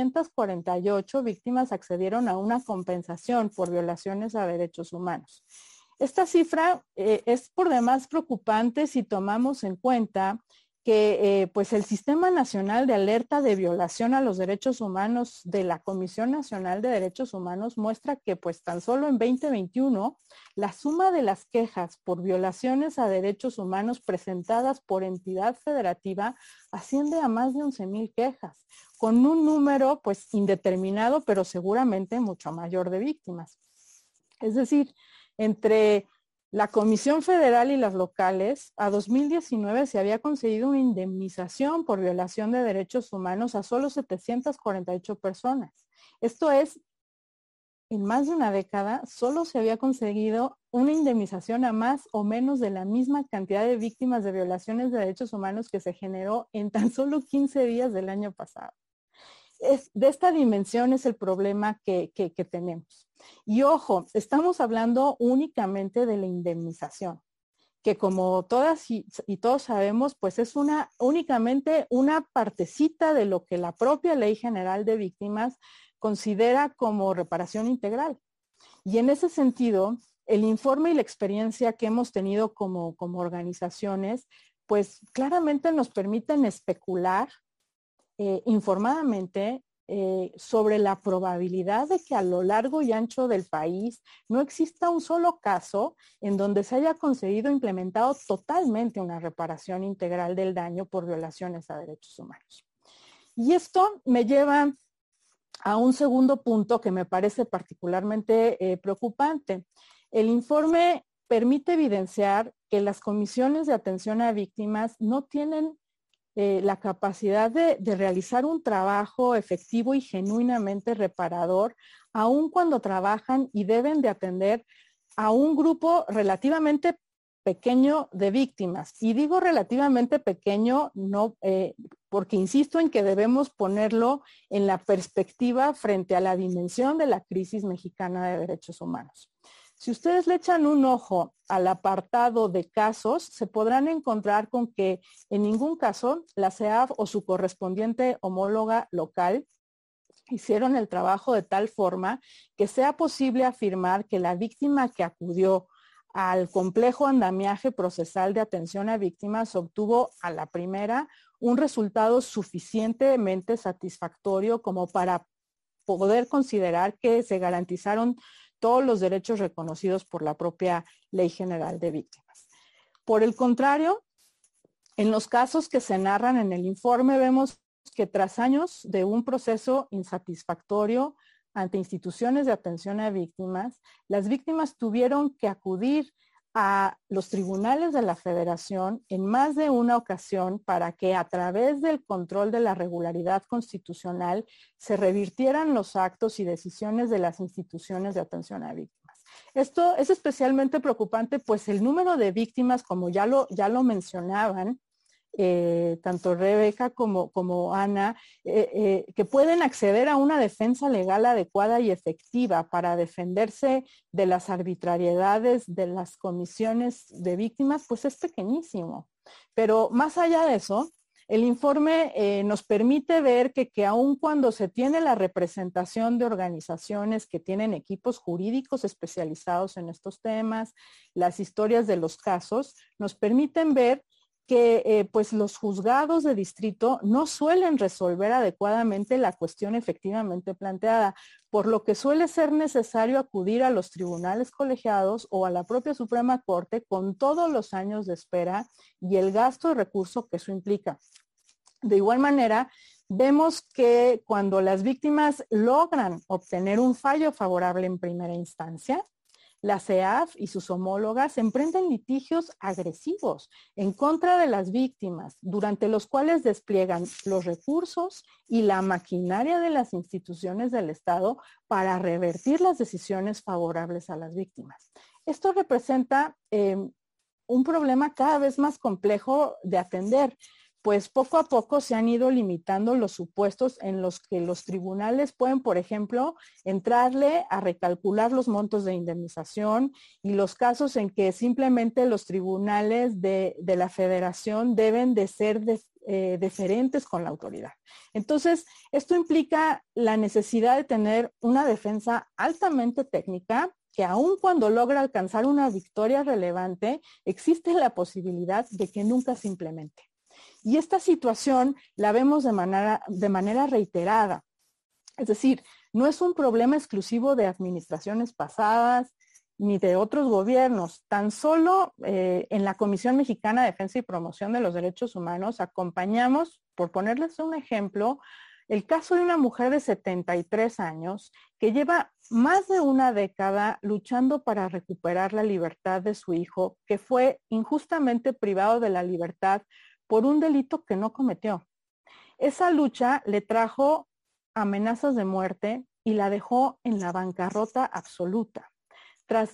748 víctimas accedieron a una compensación por violaciones a derechos humanos. Esta cifra es por demás preocupante si tomamos en cuenta que pues el Sistema Nacional de Alerta de Violación a los Derechos Humanos de la Comisión Nacional de Derechos Humanos muestra que pues tan solo en 2021 la suma de las quejas por violaciones a derechos humanos presentadas por entidad federativa asciende a más de 11,000 quejas, con un número pues indeterminado pero seguramente mucho mayor de víctimas. Es decir, entre la Comisión Federal y las locales, a 2019 se había concedido una indemnización por violación de derechos humanos a solo 748 personas. Esto es, en más de una década, solo se había conseguido una indemnización a más o menos de la misma cantidad de víctimas de violaciones de derechos humanos que se generó en tan solo 15 días del año pasado. de esta dimensión es el problema que tenemos. Y ojo, estamos hablando únicamente de la indemnización, que como todas y todos sabemos, pues es únicamente una partecita de lo que la propia Ley General de Víctimas considera como reparación integral. Y en ese sentido, el informe y la experiencia que hemos tenido como organizaciones, pues claramente nos permiten especular informadamente sobre la probabilidad de que a lo largo y ancho del país no exista un solo caso en donde se haya conseguido implementado totalmente una reparación integral del daño por violaciones a derechos humanos. Y esto me lleva a un segundo punto que me parece particularmente preocupante. El informe permite evidenciar que las comisiones de atención a víctimas no tienen la capacidad de realizar un trabajo efectivo y genuinamente reparador, aun cuando trabajan y deben de atender a un grupo relativamente pequeño de víctimas. Y digo relativamente pequeño, no, porque insisto en que debemos ponerlo en la perspectiva frente a la dimensión de la crisis mexicana de derechos humanos. Si ustedes le echan un ojo al apartado de casos, se podrán encontrar con que en ningún caso la CEAF o su correspondiente homóloga local hicieron el trabajo de tal forma que sea posible afirmar que la víctima que acudió al complejo andamiaje procesal de atención a víctimas obtuvo a la primera un resultado suficientemente satisfactorio como para poder considerar que se garantizaron todos los derechos reconocidos por la propia Ley General de Víctimas. Por el contrario, en los casos que se narran en el informe vemos que tras años de un proceso insatisfactorio ante instituciones de atención a víctimas, las víctimas tuvieron que acudir a los tribunales de la Federación en más de una ocasión para que a través del control de la regularidad constitucional se revirtieran los actos y decisiones de las instituciones de atención a víctimas. Esto es especialmente preocupante, pues el número de víctimas, como ya lo mencionaban, tanto Rebeca como Ana, que pueden acceder a una defensa legal adecuada y efectiva para defenderse de las arbitrariedades de las comisiones de víctimas, pues es pequeñísimo. Pero más allá de eso, el informe nos permite ver que aun cuando se tiene la representación de organizaciones que tienen equipos jurídicos especializados en estos temas, las historias de los casos nos permiten ver que pues los juzgados de distrito no suelen resolver adecuadamente la cuestión efectivamente planteada, por lo que suele ser necesario acudir a los tribunales colegiados o a la propia Suprema Corte con todos los años de espera y el gasto de recursos que eso implica. De igual manera, vemos que cuando las víctimas logran obtener un fallo favorable en primera instancia, la CEAF y sus homólogas emprenden litigios agresivos en contra de las víctimas, durante los cuales despliegan los recursos y la maquinaria de las instituciones del Estado para revertir las decisiones favorables a las víctimas. Esto representa un problema cada vez más complejo de atender, pues poco a poco se han ido limitando los supuestos en los que los tribunales pueden, por ejemplo, entrarle a recalcular los montos de indemnización y los casos en que simplemente los tribunales de la Federación deben de ser deferentes con la autoridad. Entonces, esto implica la necesidad de tener una defensa altamente técnica que aun cuando logra alcanzar una victoria relevante, existe la posibilidad de que nunca se implemente. Y esta situación la vemos de manera reiterada. Es decir, no es un problema exclusivo de administraciones pasadas ni de otros gobiernos. Tan solo en la Comisión Mexicana de Defensa y Promoción de los Derechos Humanos acompañamos, por ponerles un ejemplo, el caso de una mujer de 73 años que lleva más de una década luchando para recuperar la libertad de su hijo, que fue injustamente privado de la libertad por un delito que no cometió. Esa lucha le trajo amenazas de muerte y la dejó en la bancarrota absoluta. Tras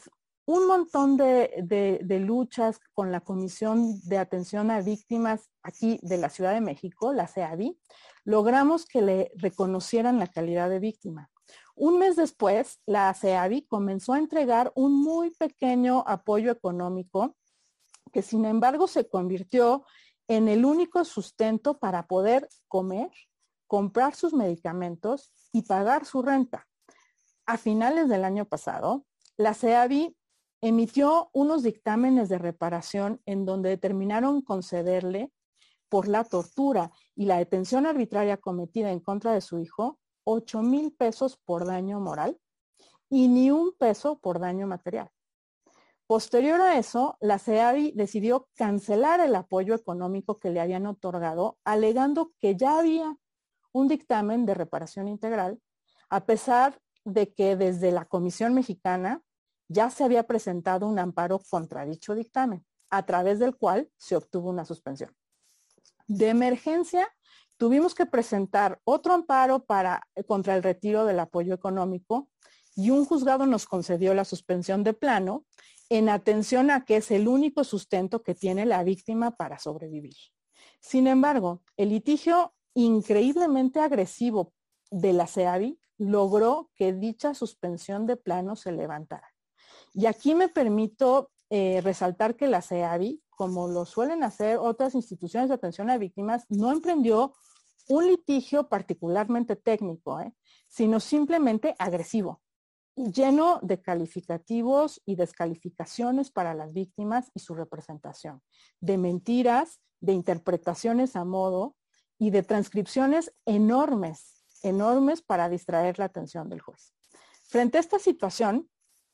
un montón de luchas con la Comisión de Atención a Víctimas aquí de la Ciudad de México, la CEAVI, logramos que le reconocieran la calidad de víctima. Un mes después, la CEAVI comenzó a entregar un muy pequeño apoyo económico que sin embargo se convirtió en el único sustento para poder comer, comprar sus medicamentos y pagar su renta. A finales del año pasado, la CEAVI emitió unos dictámenes de reparación en donde determinaron concederle por la tortura y la detención arbitraria cometida en contra de su hijo, 8,000 pesos por daño moral y ni un peso por daño material. Posterior a eso, la CEAVI decidió cancelar el apoyo económico que le habían otorgado, alegando que ya había un dictamen de reparación integral, a pesar de que desde la Comisión Mexicana ya se había presentado un amparo contra dicho dictamen, a través del cual se obtuvo una suspensión. De emergencia, tuvimos que presentar otro amparo contra el retiro del apoyo económico y un juzgado nos concedió la suspensión de plano en atención a que es el único sustento que tiene la víctima para sobrevivir. Sin embargo, el litigio increíblemente agresivo de la CEAVI logró que dicha suspensión de plano se levantara. Y aquí me permito resaltar que la CEAVI, como lo suelen hacer otras instituciones de atención a víctimas, no emprendió un litigio particularmente técnico, sino simplemente agresivo, lleno de calificativos y descalificaciones para las víctimas y su representación, de mentiras, de interpretaciones a modo y de transcripciones enormes para distraer la atención del juez. Frente a esta situación,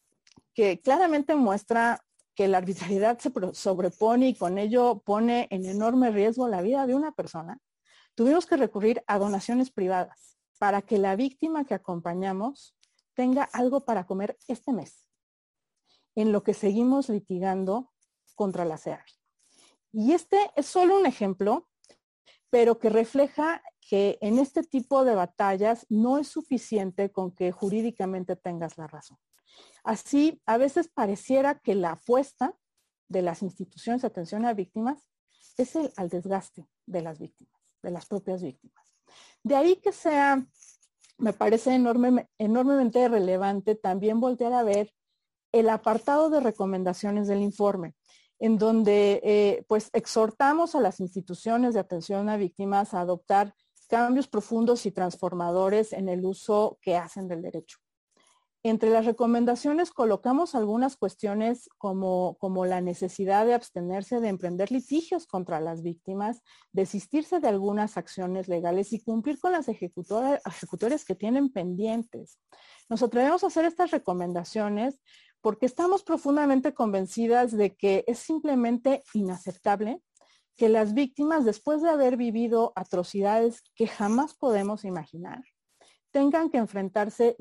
que claramente muestra que la arbitrariedad se sobrepone y con ello pone en enorme riesgo la vida de una persona, tuvimos que recurrir a donaciones privadas para que la víctima que acompañamos tenga algo para comer este mes, en lo que seguimos litigando contra la CEAVI. Y este es solo un ejemplo, pero que refleja que en este tipo de batallas no es suficiente con que jurídicamente tengas la razón. Así, a veces pareciera que la apuesta de las instituciones de atención a víctimas es al desgaste de las víctimas, de las propias víctimas. De ahí que me parece enormemente relevante también voltear a ver el apartado de recomendaciones del informe, en donde pues exhortamos a las instituciones de atención a víctimas a adoptar cambios profundos y transformadores en el uso que hacen del derecho. Entre las recomendaciones colocamos algunas cuestiones como la necesidad de abstenerse de emprender litigios contra las víctimas, desistirse de algunas acciones legales y cumplir con las ejecutores que tienen pendientes. Nos atrevemos a hacer estas recomendaciones porque estamos profundamente convencidas de que es simplemente inaceptable que las víctimas, después de haber vivido atrocidades que jamás podemos imaginar, tengan que enfrentarse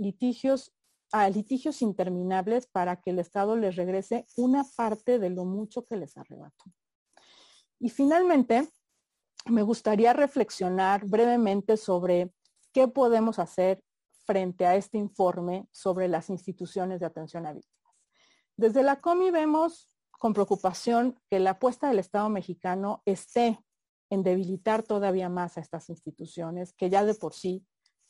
a litigios interminables para que el Estado les regrese una parte de lo mucho que les arrebató. Y finalmente, me gustaría reflexionar brevemente sobre qué podemos hacer frente a este informe sobre las instituciones de atención a víctimas. Desde la COMI vemos con preocupación que la apuesta del Estado mexicano esté en debilitar todavía más a estas instituciones que ya de por sí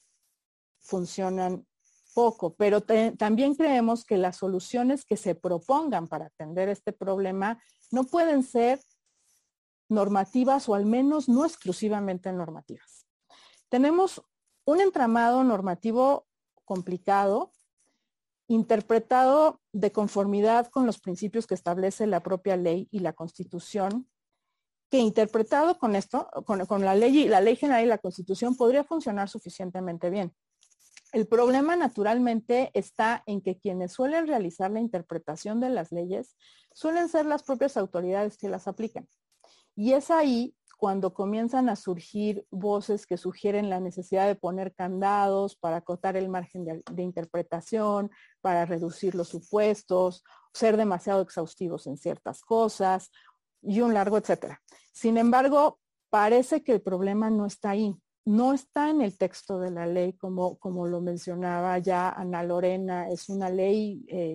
funcionan poco, pero también creemos que las soluciones que se propongan para atender este problema no pueden ser normativas o al menos no exclusivamente normativas. Tenemos un entramado normativo complicado, interpretado de conformidad con los principios que establece la propia ley y la Constitución, que interpretado con esto, con la ley general y la Constitución podría funcionar suficientemente bien. El problema naturalmente está en que quienes suelen realizar la interpretación de las leyes suelen ser las propias autoridades que las aplican. Y es ahí cuando comienzan a surgir voces que sugieren la necesidad de poner candados para acotar el margen de interpretación, para reducir los supuestos, ser demasiado exhaustivos en ciertas cosas y un largo etcétera. Sin embargo, parece que el problema no está ahí. No está en el texto de la ley, como lo mencionaba ya Ana Lorena, es una ley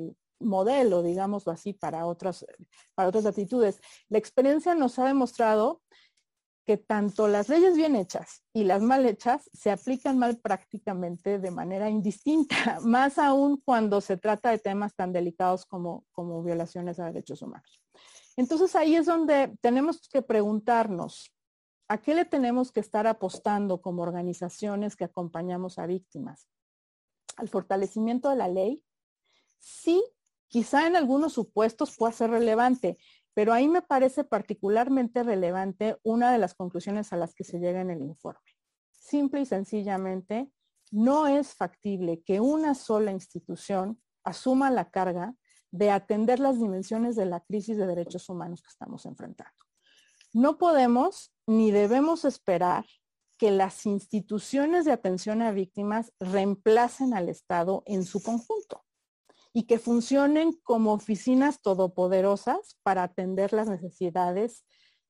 modelo, digámoslo así, para otras latitudes. La experiencia nos ha demostrado que tanto las leyes bien hechas y las mal hechas se aplican mal prácticamente de manera indistinta, más aún cuando se trata de temas tan delicados como violaciones a derechos humanos. Entonces ahí es donde tenemos que preguntarnos, ¿a qué le tenemos que estar apostando como organizaciones que acompañamos a víctimas? ¿Al fortalecimiento de la ley? Sí, quizá en algunos supuestos pueda ser relevante, pero ahí me parece particularmente relevante una de las conclusiones a las que se llega en el informe. Simple y sencillamente, no es factible que una sola institución asuma la carga de atender las dimensiones de la crisis de derechos humanos que estamos enfrentando. No podemos ni debemos esperar que las instituciones de atención a víctimas reemplacen al Estado en su conjunto y que funcionen como oficinas todopoderosas para atender las necesidades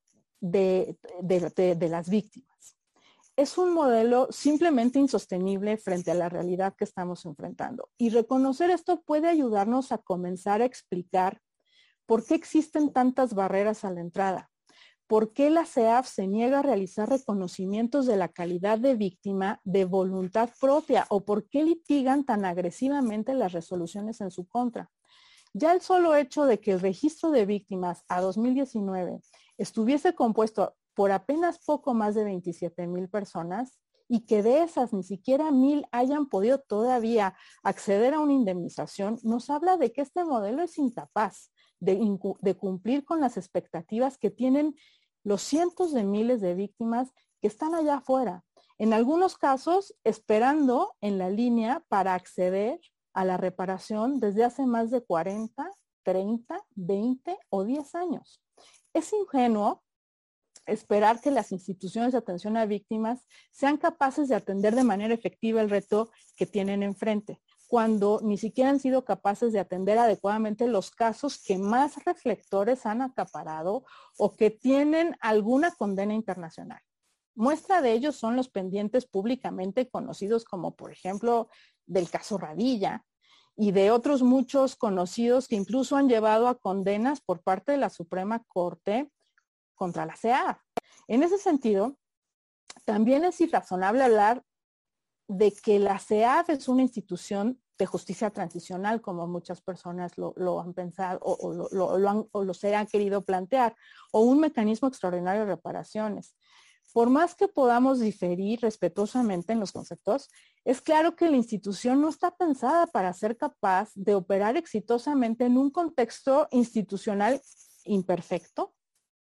de las víctimas. Es un modelo simplemente insostenible frente a la realidad que estamos enfrentando. Y reconocer esto puede ayudarnos a comenzar a explicar por qué existen tantas barreras a la entrada. ¿Por qué la CEAF se niega a realizar reconocimientos de la calidad de víctima de voluntad propia? ¿O por qué litigan tan agresivamente las resoluciones en su contra? Ya el solo hecho de que el registro de víctimas a 2019 estuviese compuesto por apenas poco más de 27,000 personas y que de esas ni siquiera 1,000 hayan podido todavía acceder a una indemnización, nos habla de que este modelo es incapaz de cumplir con las expectativas que tienen los cientos de miles de víctimas que están allá afuera. En algunos casos, esperando en la línea para acceder a la reparación desde hace más de 40, 30, 20 o 10 años. Es ingenuo esperar que las instituciones de atención a víctimas sean capaces de atender de manera efectiva el reto que tienen enfrente, cuando ni siquiera han sido capaces de atender adecuadamente los casos que más reflectores han acaparado o que tienen alguna condena internacional. Muestra de ello son los pendientes públicamente conocidos como, por ejemplo, del caso Radilla y de otros muchos conocidos que incluso han llevado a condenas por parte de la Suprema Corte contra la CEAF. En ese sentido, también es irrazonable hablar de que la CEAF es una institución de justicia transicional, como muchas personas lo han pensado o lo se han querido plantear, o un mecanismo extraordinario de reparaciones. Por más que podamos diferir respetuosamente en los conceptos, es claro que la institución no está pensada para ser capaz de operar exitosamente en un contexto institucional imperfecto,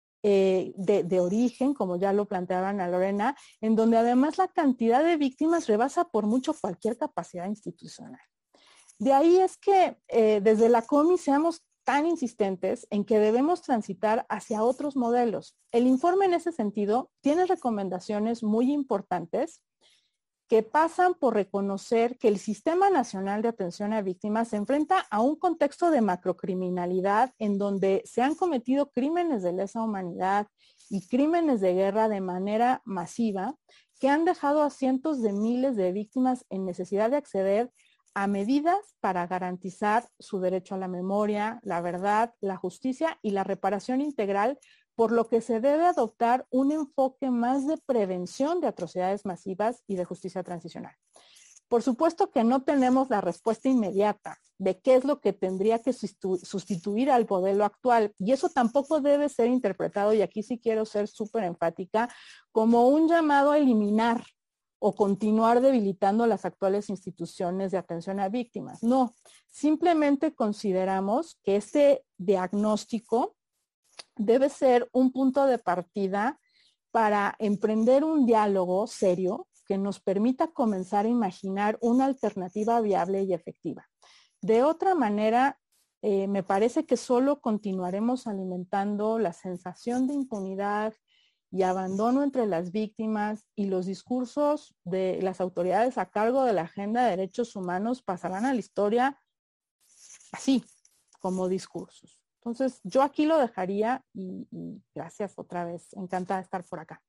de origen, como ya lo planteaba Ana Lorena, en donde además la cantidad de víctimas rebasa por mucho cualquier capacidad institucional. De ahí es que desde la COMI seamos tan insistentes en que debemos transitar hacia otros modelos. El informe en ese sentido tiene recomendaciones muy importantes que pasan por reconocer que el Sistema Nacional de Atención a Víctimas se enfrenta a un contexto de macrocriminalidad en donde se han cometido crímenes de lesa humanidad y crímenes de guerra de manera masiva que han dejado a cientos de miles de víctimas en necesidad de acceder a medidas para garantizar su derecho a la memoria, la verdad, la justicia y la reparación integral, por lo que se debe adoptar un enfoque más de prevención de atrocidades masivas y de justicia transicional. Por supuesto que no tenemos la respuesta inmediata de qué es lo que tendría que sustituir al modelo actual, y eso tampoco debe ser interpretado, y aquí sí quiero ser súper enfática, como un llamado a eliminar o continuar debilitando las actuales instituciones de atención a víctimas. No, simplemente consideramos que este diagnóstico debe ser un punto de partida para emprender un diálogo serio que nos permita comenzar a imaginar una alternativa viable y efectiva. De otra manera, me parece que solo continuaremos alimentando la sensación de impunidad y abandono entre las víctimas, y los discursos de las autoridades a cargo de la agenda de derechos humanos pasarán a la historia así, como discursos. Entonces, yo aquí lo dejaría y gracias otra vez. Encantada de estar por acá.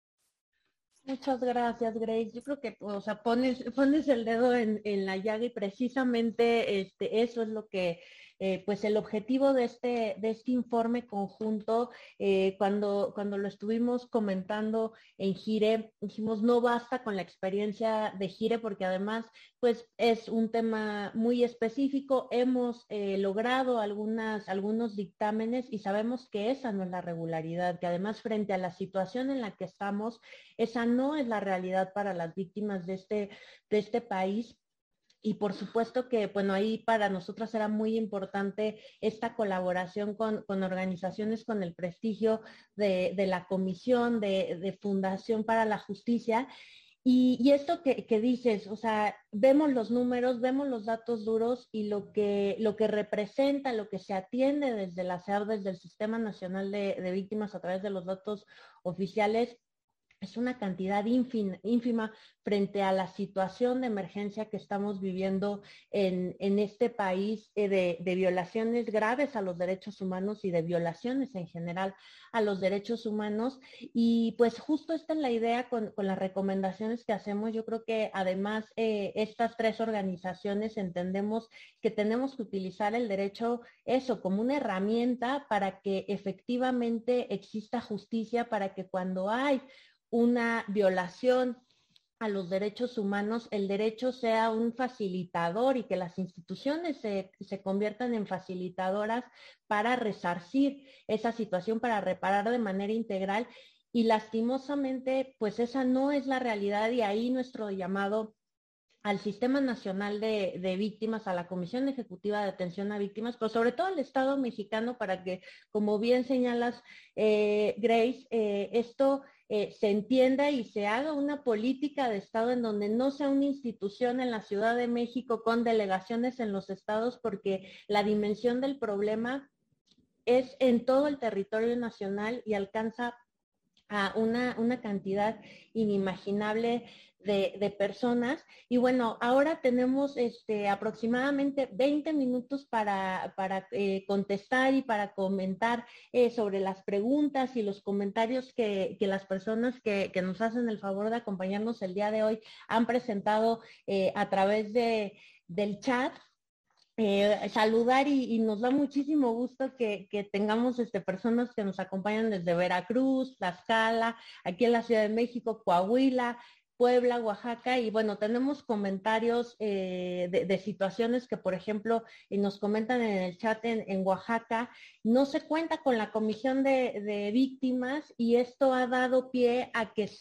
Muchas gracias, Grace. Yo creo que, o sea, pones el dedo en la llaga y precisamente eso es lo que pues el objetivo de este informe conjunto, cuando lo estuvimos comentando en Gire, dijimos no basta con la experiencia de Gire porque además pues es un tema muy específico. Hemos logrado algunos dictámenes y sabemos que esa no es la regularidad, que además frente a la situación en la que estamos, esa no es la realidad para las víctimas de este país. Y por supuesto que, bueno, ahí para nosotros era muy importante esta colaboración con organizaciones con el prestigio de la Comisión de Fundación para la Justicia. Y esto que dices, o sea, vemos los números, vemos los datos duros y lo que representa, lo que se atiende desde la SEAD, desde el Sistema Nacional de Víctimas a través de los datos oficiales, es una cantidad ínfima frente a la situación de emergencia que estamos viviendo en este país, de violaciones graves a los derechos humanos y de violaciones en general a los derechos humanos. Y pues justo esta es la idea con las recomendaciones que hacemos. Yo creo que además estas tres organizaciones entendemos que tenemos que utilizar el derecho eso como una herramienta para que efectivamente exista justicia, para que cuando hay una violación a los derechos humanos, el derecho sea un facilitador y que las instituciones se conviertan en facilitadoras para resarcir esa situación, para reparar de manera integral. Y lastimosamente, pues esa no es la realidad y ahí nuestro llamado al Sistema Nacional de Víctimas, a la Comisión Ejecutiva de Atención a Víctimas, pero sobre todo al Estado mexicano para que, como bien señalas, Grace, esto se entienda y se haga una política de Estado en donde no sea una institución en la Ciudad de México con delegaciones en los estados, porque la dimensión del problema es en todo el territorio nacional y alcanza a una cantidad inimaginable de personas. Y bueno, ahora tenemos aproximadamente 20 minutos para contestar y para comentar sobre las preguntas y los comentarios que las personas que nos hacen el favor de acompañarnos el día de hoy han presentado a través del chat. Saludar y nos da muchísimo gusto que tengamos personas que nos acompañan desde Veracruz, Tlaxcala, aquí en la Ciudad de México, Coahuila, Puebla, Oaxaca, y bueno, tenemos comentarios de situaciones que, por ejemplo, nos comentan en el chat en Oaxaca, no se cuenta con la comisión de víctimas y esto ha dado pie a que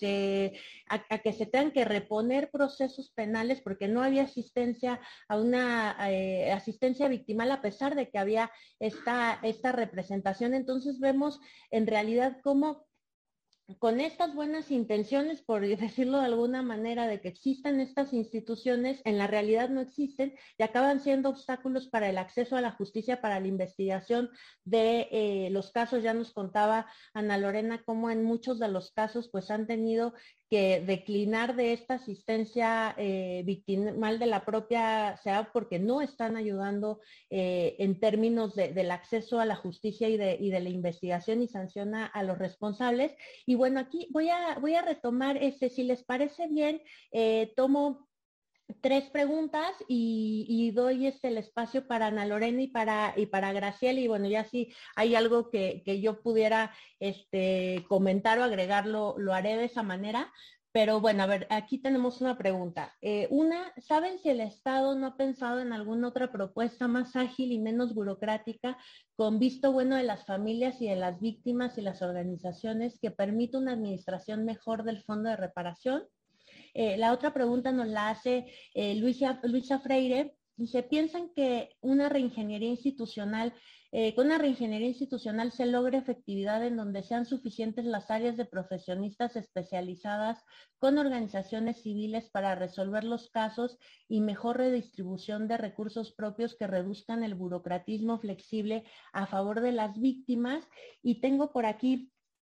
se tengan que reponer procesos penales porque no había asistencia a una asistencia victimal a pesar de que había esta representación. Entonces vemos en realidad cómo con estas buenas intenciones, por decirlo de alguna manera, de que existan estas instituciones, en la realidad no existen y acaban siendo obstáculos para el acceso a la justicia, para la investigación de los casos. Ya nos contaba Ana Lorena cómo en muchos de los casos pues han tenido que declinar de esta asistencia victimal de la propia SEAD porque no están ayudando en términos del acceso a la justicia y de la investigación y sanciona a los responsables. Y bueno, aquí voy a retomar, si les parece bien, tomo tres preguntas y doy el espacio para Ana Lorena y para Graciela. Y bueno, ya si hay algo que yo pudiera comentar o agregar, lo haré de esa manera. Pero bueno, a ver, aquí tenemos una pregunta. ¿Saben si el Estado no ha pensado en alguna otra propuesta más ágil y menos burocrática con visto bueno de las familias y de las víctimas y las organizaciones que permita una administración mejor del fondo de reparación? La otra pregunta nos la hace Luisa Freire. Dice, ¿piensan que una reingeniería institucional, con una reingeniería institucional se logre efectividad en donde sean suficientes las áreas de profesionistas especializadas con organizaciones civiles para resolver los casos y mejor redistribución de recursos propios que reduzcan el burocratismo flexible a favor de las víctimas? Y tengo por aquí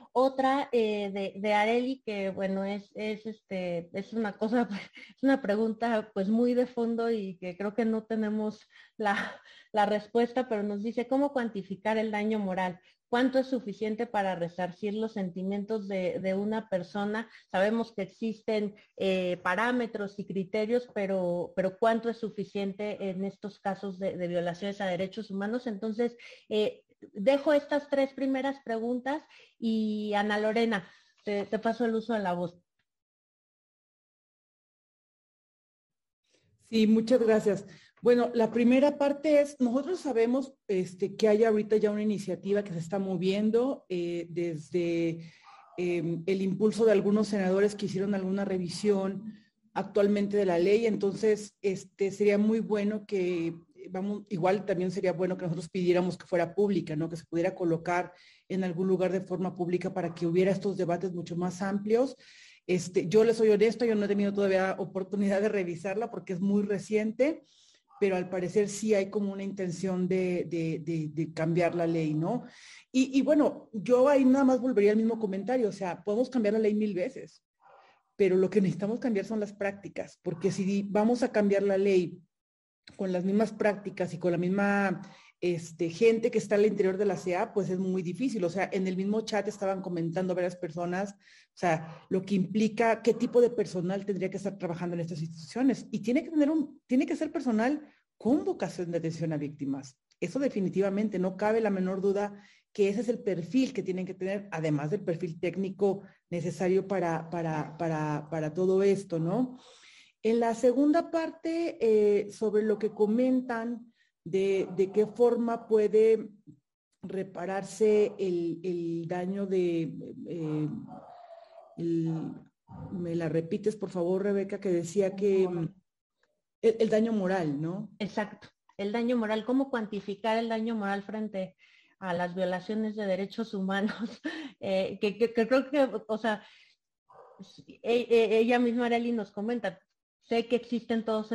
Otra de Areli, que bueno, es una cosa, es una pregunta pues muy de fondo y que creo que no tenemos la respuesta, pero nos dice, ¿cómo cuantificar el daño moral? ¿Cuánto es suficiente para resarcir los sentimientos de una persona? Sabemos que existen parámetros y criterios, pero ¿cuánto es suficiente en estos casos de violaciones a derechos humanos? Entonces, dejo estas 3 primeras preguntas y Ana Lorena, te paso el uso de la voz. Sí, muchas gracias. Bueno, la primera parte es, nosotros sabemos que hay ahorita ya una iniciativa que se está moviendo desde el impulso de algunos senadores que hicieron alguna revisión actualmente de la ley. Entonces, sería muy bueno que, igual también sería bueno que nosotros pidiéramos que fuera pública, ¿no? Que se pudiera colocar en algún lugar de forma pública para que hubiera estos debates mucho más amplios. Yo les soy honesta, yo no he tenido todavía oportunidad de revisarla porque es muy reciente, pero al parecer sí hay como una intención de cambiar la ley, ¿no? Y bueno, yo ahí nada más volvería al mismo comentario, o sea, podemos cambiar la ley 1000 veces, pero lo que necesitamos cambiar son las prácticas, porque si vamos a cambiar la ley con las mismas prácticas y con la misma gente que está al interior de la CEA, pues es muy difícil. O sea, en el mismo chat estaban comentando varias personas, o sea, lo que implica qué tipo de personal tendría que estar trabajando en estas instituciones. Y tiene que ser personal con vocación de atención a víctimas. Eso definitivamente, no cabe la menor duda que ese es el perfil que tienen que tener, además del perfil técnico necesario para todo esto, ¿no? En la segunda parte, sobre lo que comentan de qué forma puede repararse el daño me la repites, por favor, Rebeca, que decía que el daño moral, ¿no? Exacto, el daño moral, ¿cómo cuantificar el daño moral frente a las violaciones de derechos humanos? Que creo que, o sea, ella misma, Arely, nos comenta, sé que existen todos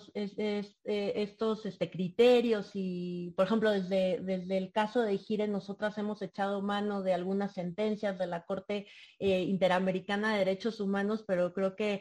estos criterios y, por ejemplo, desde el caso de Gire, nosotras hemos echado mano de algunas sentencias de la Corte Interamericana de Derechos Humanos, pero creo que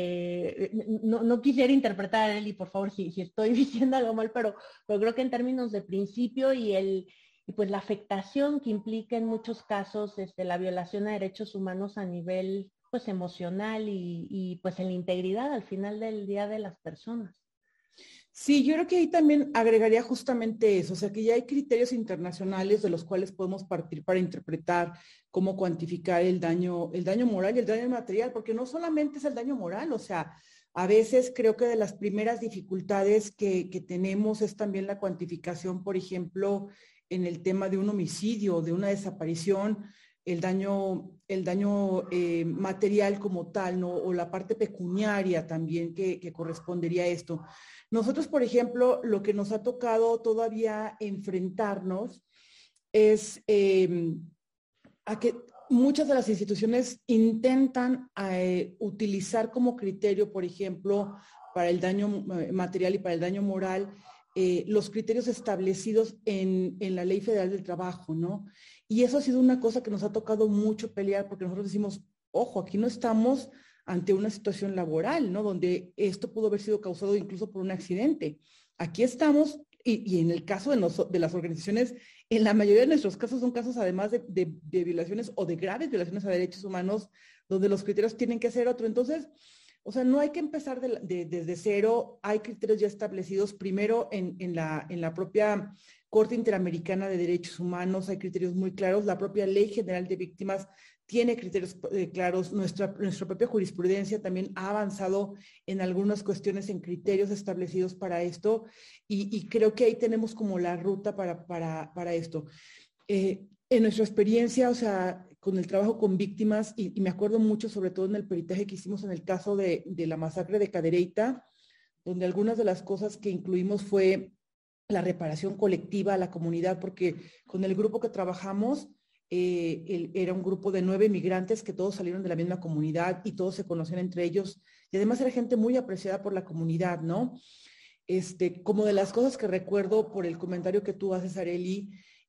no quisiera interpretar a Arely, por favor, si estoy diciendo algo mal, pero creo que en términos de principio y pues la afectación que implica en muchos casos la violación a derechos humanos a nivel pues emocional y pues en la integridad al final del día de las personas. Sí, yo creo que ahí también agregaría justamente eso, o sea que ya hay criterios internacionales de los cuales podemos partir para interpretar cómo cuantificar el daño moral y el daño material, porque no solamente es el daño moral, o sea, a veces creo que de las primeras dificultades que tenemos es también la cuantificación, por ejemplo, en el tema de un homicidio, de una desaparición, el daño material como tal, ¿no? O la parte pecuniaria también que correspondería a esto. Nosotros, por ejemplo, lo que nos ha tocado todavía enfrentarnos es a que muchas de las instituciones intentan utilizar como criterio, por ejemplo, para el daño material y para el daño moral, los criterios establecidos en la Ley Federal del Trabajo, ¿no? Y eso ha sido una cosa que nos ha tocado mucho pelear porque nosotros decimos, ojo, aquí no estamos ante una situación laboral, ¿no? Donde esto pudo haber sido causado incluso por un accidente. Aquí estamos, y en el caso de las organizaciones, en la mayoría de nuestros casos son casos además de violaciones o de graves violaciones a derechos humanos, donde los criterios tienen que ser otro. Entonces, o sea, no hay que empezar desde cero, hay criterios ya establecidos, primero en la propia Corte Interamericana de Derechos Humanos, hay criterios muy claros, la propia Ley General de Víctimas tiene criterios claros, nuestra propia jurisprudencia también ha avanzado en algunas cuestiones, en criterios establecidos para esto, y creo que ahí tenemos como la ruta para esto. En nuestra experiencia, o sea, con el trabajo con víctimas, y me acuerdo mucho, sobre todo en el peritaje que hicimos en el caso de la masacre de Cadereyta, donde algunas de las cosas que incluimos fue la reparación colectiva a la comunidad, porque con el grupo que trabajamos, era un grupo de 9 migrantes que todos salieron de la misma comunidad y todos se conocían entre ellos, y además era gente muy apreciada por la comunidad, ¿no? Como de las cosas que recuerdo por el comentario que tú haces, Arely,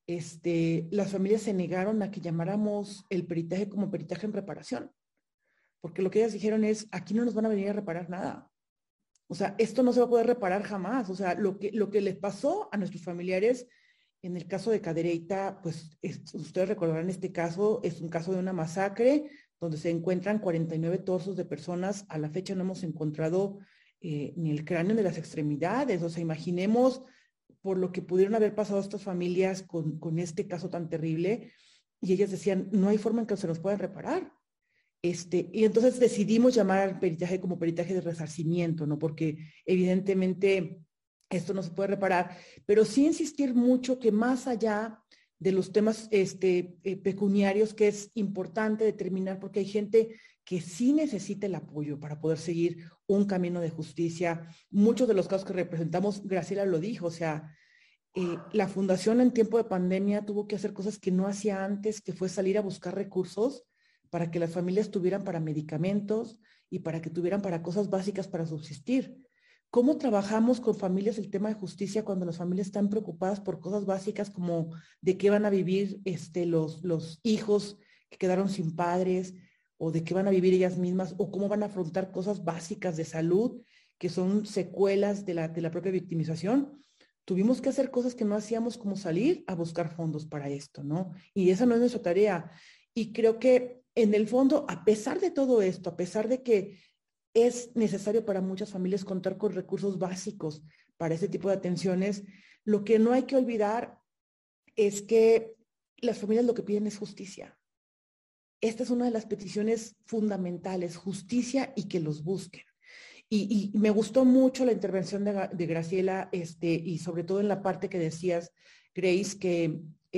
las familias se negaron a que llamáramos el peritaje como peritaje en reparación, porque lo que ellas dijeron es, aquí no nos van a venir a reparar nada. O sea, esto no se va a poder reparar jamás. O sea, lo que les pasó a nuestros familiares en el caso de Cadereyta, pues ustedes recordarán este caso, es un caso de una masacre donde se encuentran 49 torsos de personas. A la fecha no hemos encontrado ni el cráneo ni las extremidades. O sea, imaginemos por lo que pudieron haber pasado estas familias con este caso tan terrible. Y ellas decían, no hay forma en que se nos puedan reparar. Y entonces decidimos llamar al peritaje como peritaje de resarcimiento, ¿no? Porque evidentemente esto no se puede reparar, pero sí insistir mucho que más allá de los temas pecuniarios, que es importante determinar, porque hay gente que sí necesita el apoyo para poder seguir un camino de justicia. Muchos de los casos que representamos, Graciela lo dijo, o sea, la fundación en tiempo de pandemia tuvo que hacer cosas que no hacía antes, que fue salir a buscar recursos para que las familias tuvieran para medicamentos y para que tuvieran para cosas básicas para subsistir. ¿Cómo trabajamos con familias el tema de justicia cuando las familias están preocupadas por cosas básicas como de qué van a vivir los hijos que quedaron sin padres, o de qué van a vivir ellas mismas, o cómo van a afrontar cosas básicas de salud que son secuelas de la propia victimización? Tuvimos que hacer cosas que no hacíamos, como salir a buscar fondos para esto, ¿no? Y esa no es nuestra tarea. Y creo que en el fondo, a pesar de todo esto, a pesar de que es necesario para muchas familias contar con recursos básicos para ese tipo de atenciones, lo que no hay que olvidar es que las familias lo que piden es justicia. Esta es una de las peticiones fundamentales, justicia y que los busquen. Y me gustó mucho la intervención de Graciela, y sobre todo en la parte que decías, Grace, que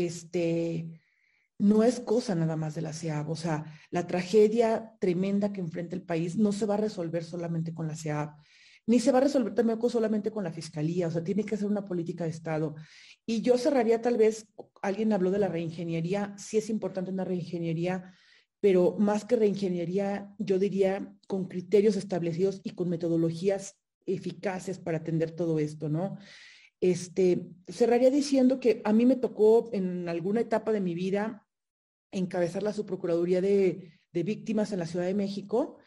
no es cosa nada más de la SEAB. O sea, la tragedia tremenda que enfrenta el país no se va a resolver solamente con la SEAB, ni se va a resolver también solamente con la Fiscalía. O sea, tiene que ser una política de Estado. Y yo cerraría, tal vez, alguien habló de la reingeniería, sí es importante una reingeniería, pero más que reingeniería, yo diría con criterios establecidos y con metodologías eficaces para atender todo esto, ¿no? Cerraría diciendo que a mí me tocó en alguna etapa de mi vida encabezar la Subprocuraduría de Víctimas en la Ciudad de México,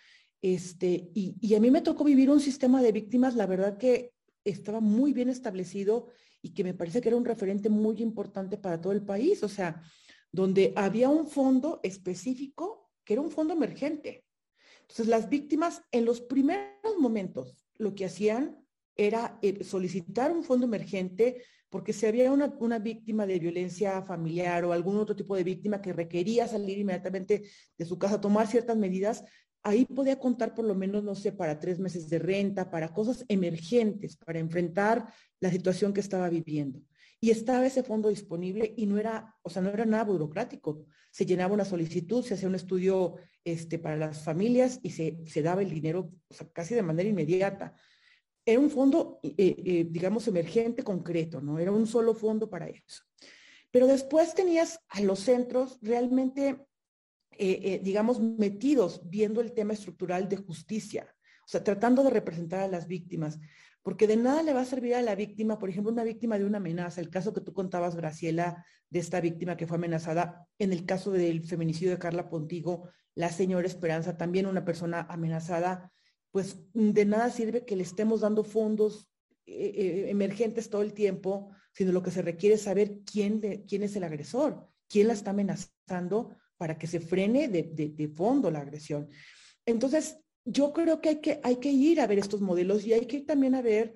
y a mí me tocó vivir un sistema de víctimas, la verdad que estaba muy bien establecido y que me parece que era un referente muy importante para todo el país. O sea, donde había un fondo específico que era un fondo emergente. Entonces, las víctimas en los primeros momentos lo que hacían era solicitar un fondo emergente, porque si había una víctima de violencia familiar o algún otro tipo de víctima que requería salir inmediatamente de su casa, tomar ciertas medidas, ahí podía contar por lo menos, no sé, para 3 meses de renta, para cosas emergentes, para enfrentar la situación que estaba viviendo. Y estaba ese fondo disponible y no era, o sea, no era nada burocrático. Se llenaba una solicitud, se hacía un estudio para las familias y se daba el dinero, o sea, casi de manera inmediata. Era un fondo, digamos, emergente, concreto, ¿no? Era un solo fondo para eso. Pero después tenías a los centros realmente, digamos, metidos viendo el tema estructural de justicia, o sea, tratando de representar a las víctimas, porque de nada le va a servir a la víctima, por ejemplo, una víctima de una amenaza, el caso que tú contabas, Graciela, de esta víctima que fue amenazada, en el caso del feminicidio de Carla Pontigo, la señora Esperanza, también una persona amenazada, pues de nada sirve que le estemos dando fondos emergentes todo el tiempo, sino lo que se requiere es saber quién es el agresor, quién la está amenazando para que se frene de fondo la agresión. Entonces, yo creo que hay que ir a ver estos modelos y hay que ir también a ver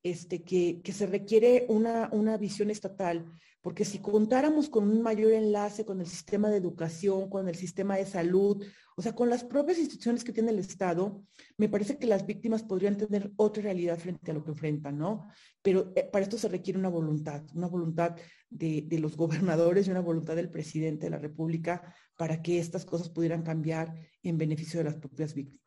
que se requiere una visión estatal, porque si contáramos con un mayor enlace con el sistema de educación, con el sistema de salud, o sea, con las propias instituciones que tiene el Estado, me parece que las víctimas podrían tener otra realidad frente a lo que enfrentan, ¿no? Pero para esto se requiere una voluntad de los gobernadores y una voluntad del presidente de la República para que estas cosas pudieran cambiar en beneficio de las propias víctimas.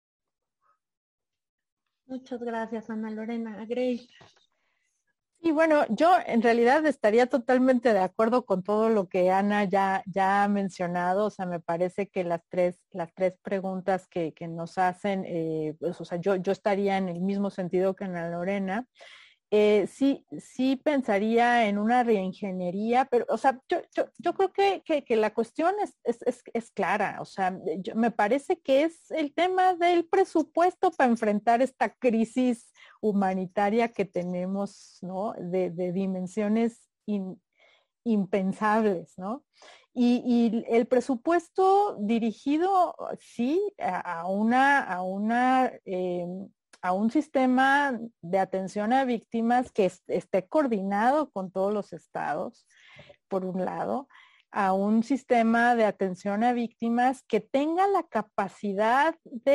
Muchas gracias, Ana Lorena. Grace. Y bueno, yo en realidad estaría totalmente de acuerdo con todo lo que Ana ya ha mencionado. O sea, me parece que las tres preguntas que nos hacen, pues, o sea, yo estaría en el mismo sentido que Ana Lorena. sí pensaría en una reingeniería, pero, o sea, yo creo que la cuestión es clara. O sea, me parece que es el tema del presupuesto para enfrentar esta crisis humanitaria que tenemos, ¿no? De dimensiones impensables, ¿no? Y el presupuesto dirigido, sí, a un sistema de atención a víctimas que esté coordinado con todos los estados, por un lado, a un sistema de atención a víctimas que tenga la capacidad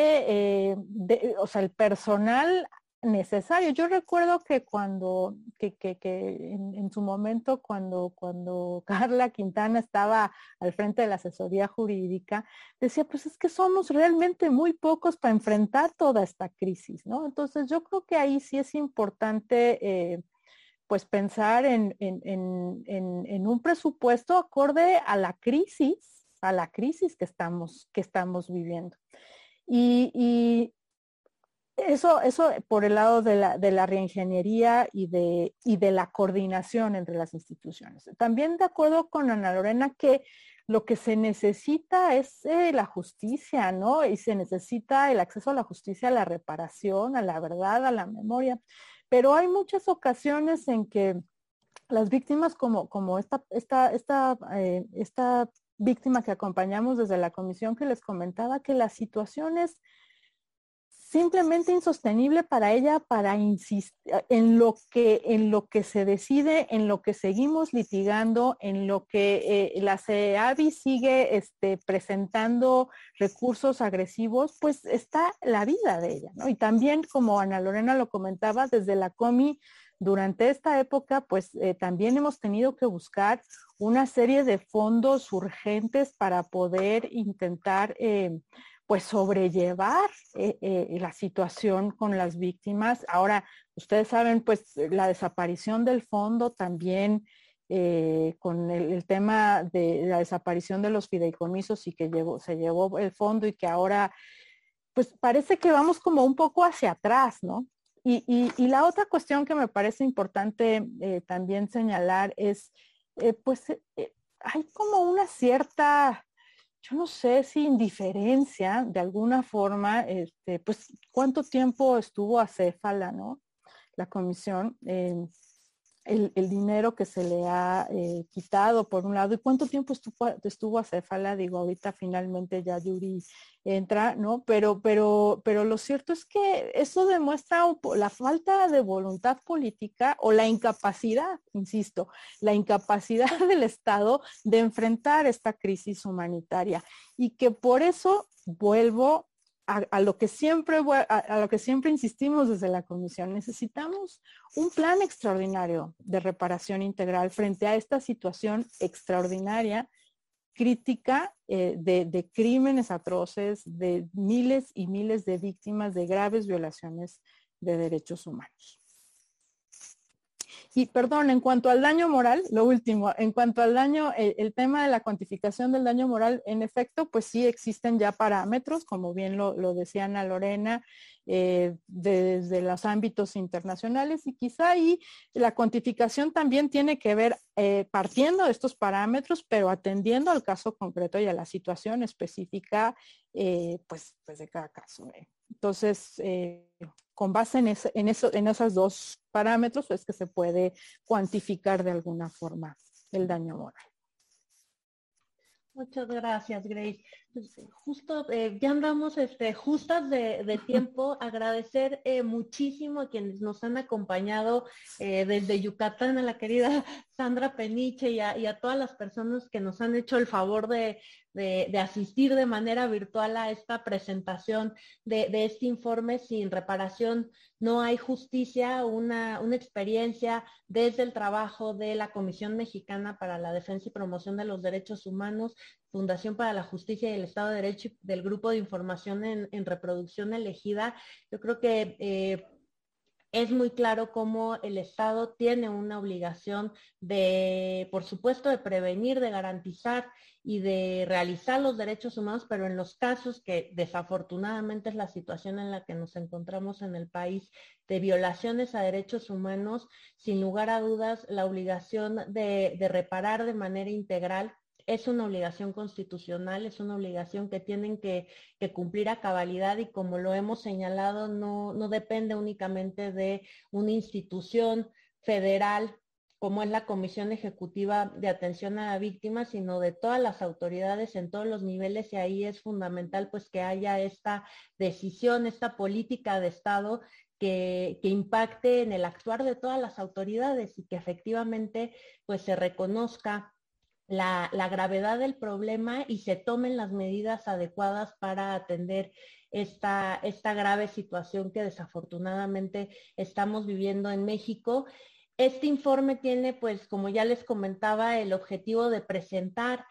o sea, el personal necesario. Yo recuerdo que en su momento, cuando Carla Quintana estaba al frente de la asesoría jurídica, decía, pues es que somos realmente muy pocos para enfrentar toda esta crisis, ¿no? Entonces yo creo que ahí sí es importante pues pensar en un presupuesto acorde a la crisis que estamos viviendo. Y eso por el lado de la reingeniería y de la coordinación entre las instituciones. También de acuerdo con Ana Lorena que lo que se necesita es la justicia, ¿no? Y se necesita el acceso a la justicia, a la reparación, a la verdad, a la memoria. Pero hay muchas ocasiones en que las víctimas, como esta víctima que acompañamos desde la comisión que les comentaba, que la situación es simplemente insostenible para ella, para insistir en lo que se decide, en lo que seguimos litigando, en lo que la CEAVI sigue presentando recursos agresivos, pues está la vida de ella, ¿no? Y también, como Ana Lorena lo comentaba, desde la COMI, durante esta época, pues también hemos tenido que buscar una serie de fondos urgentes para poder intentar pues sobrellevar la situación con las víctimas. Ahora, ustedes saben, pues la desaparición del fondo también, con el tema de la desaparición de los fideicomisos y que se llevó el fondo y que ahora, pues parece que vamos como un poco hacia atrás, ¿no? Y la otra cuestión que me parece importante también señalar es, hay como una cierta, yo no sé si indiferencia de alguna forma, pues cuánto tiempo estuvo acéfala, ¿no? La comisión, el dinero que se le ha quitado por un lado y cuánto tiempo estuvo acéfala. Digo, ahorita finalmente ya Yuri entra, ¿no? Pero lo cierto es que eso demuestra la falta de voluntad política o la incapacidad, insisto, la incapacidad del Estado de enfrentar esta crisis humanitaria y que por eso vuelvo a lo que siempre insistimos desde la comisión. Necesitamos un plan extraordinario de reparación integral frente a esta situación extraordinaria, crítica, de crímenes atroces, de miles y miles de víctimas de graves violaciones de derechos humanos. Y perdón, en cuanto al daño moral, lo último, en cuanto al daño, el tema de la cuantificación del daño moral, en efecto, pues sí existen ya parámetros, como bien lo decía Ana Lorena, desde los ámbitos internacionales, y quizá ahí la cuantificación también tiene que ver partiendo de estos parámetros, pero atendiendo al caso concreto y a la situación específica, pues de cada caso. Entonces, con base en esos dos parámetros es que se puede cuantificar de alguna forma el daño moral. Muchas gracias, Grace. Pues, justo, ya andamos justas de tiempo. Agradecer muchísimo a quienes nos han acompañado desde Yucatán, a la querida Sandra Peniche y a todas las personas que nos han hecho el favor de asistir de manera virtual a esta presentación de este informe. Sin reparación no hay justicia, una experiencia desde el trabajo de la Comisión Mexicana para la Defensa y Promoción de los Derechos Humanos, Fundación para la Justicia y el Estado de Derecho, y del Grupo de Información en Reproducción Elegida. Yo creo que es muy claro cómo el Estado tiene una obligación de, por supuesto, de prevenir, de garantizar y de realizar los derechos humanos, pero en los casos que desafortunadamente es la situación en la que nos encontramos en el país, de violaciones a derechos humanos, sin lugar a dudas, la obligación de reparar de manera integral es una obligación constitucional, es una obligación que tienen que cumplir a cabalidad, y como lo hemos señalado, no depende únicamente de una institución federal como es la Comisión Ejecutiva de Atención a la Víctima, sino de todas las autoridades en todos los niveles, y ahí es fundamental pues que haya esta decisión, esta política de Estado que impacte en el actuar de todas las autoridades y que efectivamente pues se reconozca la gravedad del problema y se tomen las medidas adecuadas para atender esta grave situación que desafortunadamente estamos viviendo en México. Este informe tiene, pues, como ya les comentaba, el objetivo de presentar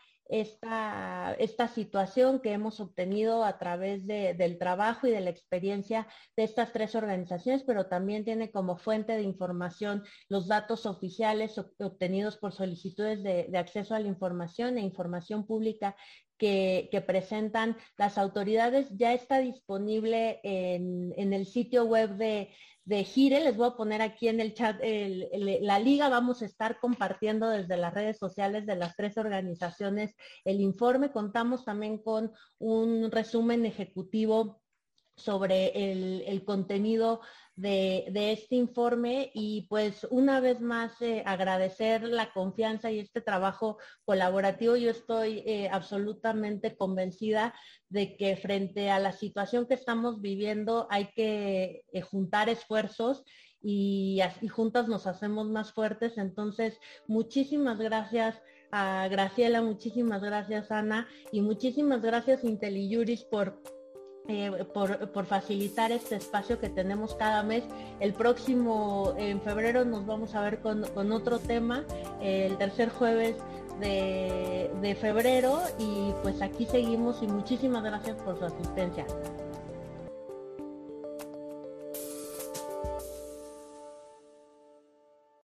esta situación que hemos obtenido a través del trabajo y de la experiencia de estas tres organizaciones, pero también tiene como fuente de información los datos oficiales obtenidos por solicitudes de acceso a la información e información pública que presentan las autoridades. Ya está disponible en el sitio web de Gire. Les voy a poner aquí en el chat la liga. Vamos a estar compartiendo desde las redes sociales de las tres organizaciones el informe. Contamos también con un resumen ejecutivo sobre el contenido de este informe, y pues una vez más agradecer la confianza y este trabajo colaborativo. Yo estoy absolutamente convencida de que frente a la situación que estamos viviendo hay que juntar esfuerzos y juntas nos hacemos más fuertes. Entonces, muchísimas gracias a Graciela, muchísimas gracias Ana, y muchísimas gracias IntelliJuris por facilitar este espacio que tenemos cada mes. El próximo, en febrero, nos vamos a ver con otro tema, el tercer jueves de febrero, y pues aquí seguimos, y muchísimas gracias por su asistencia.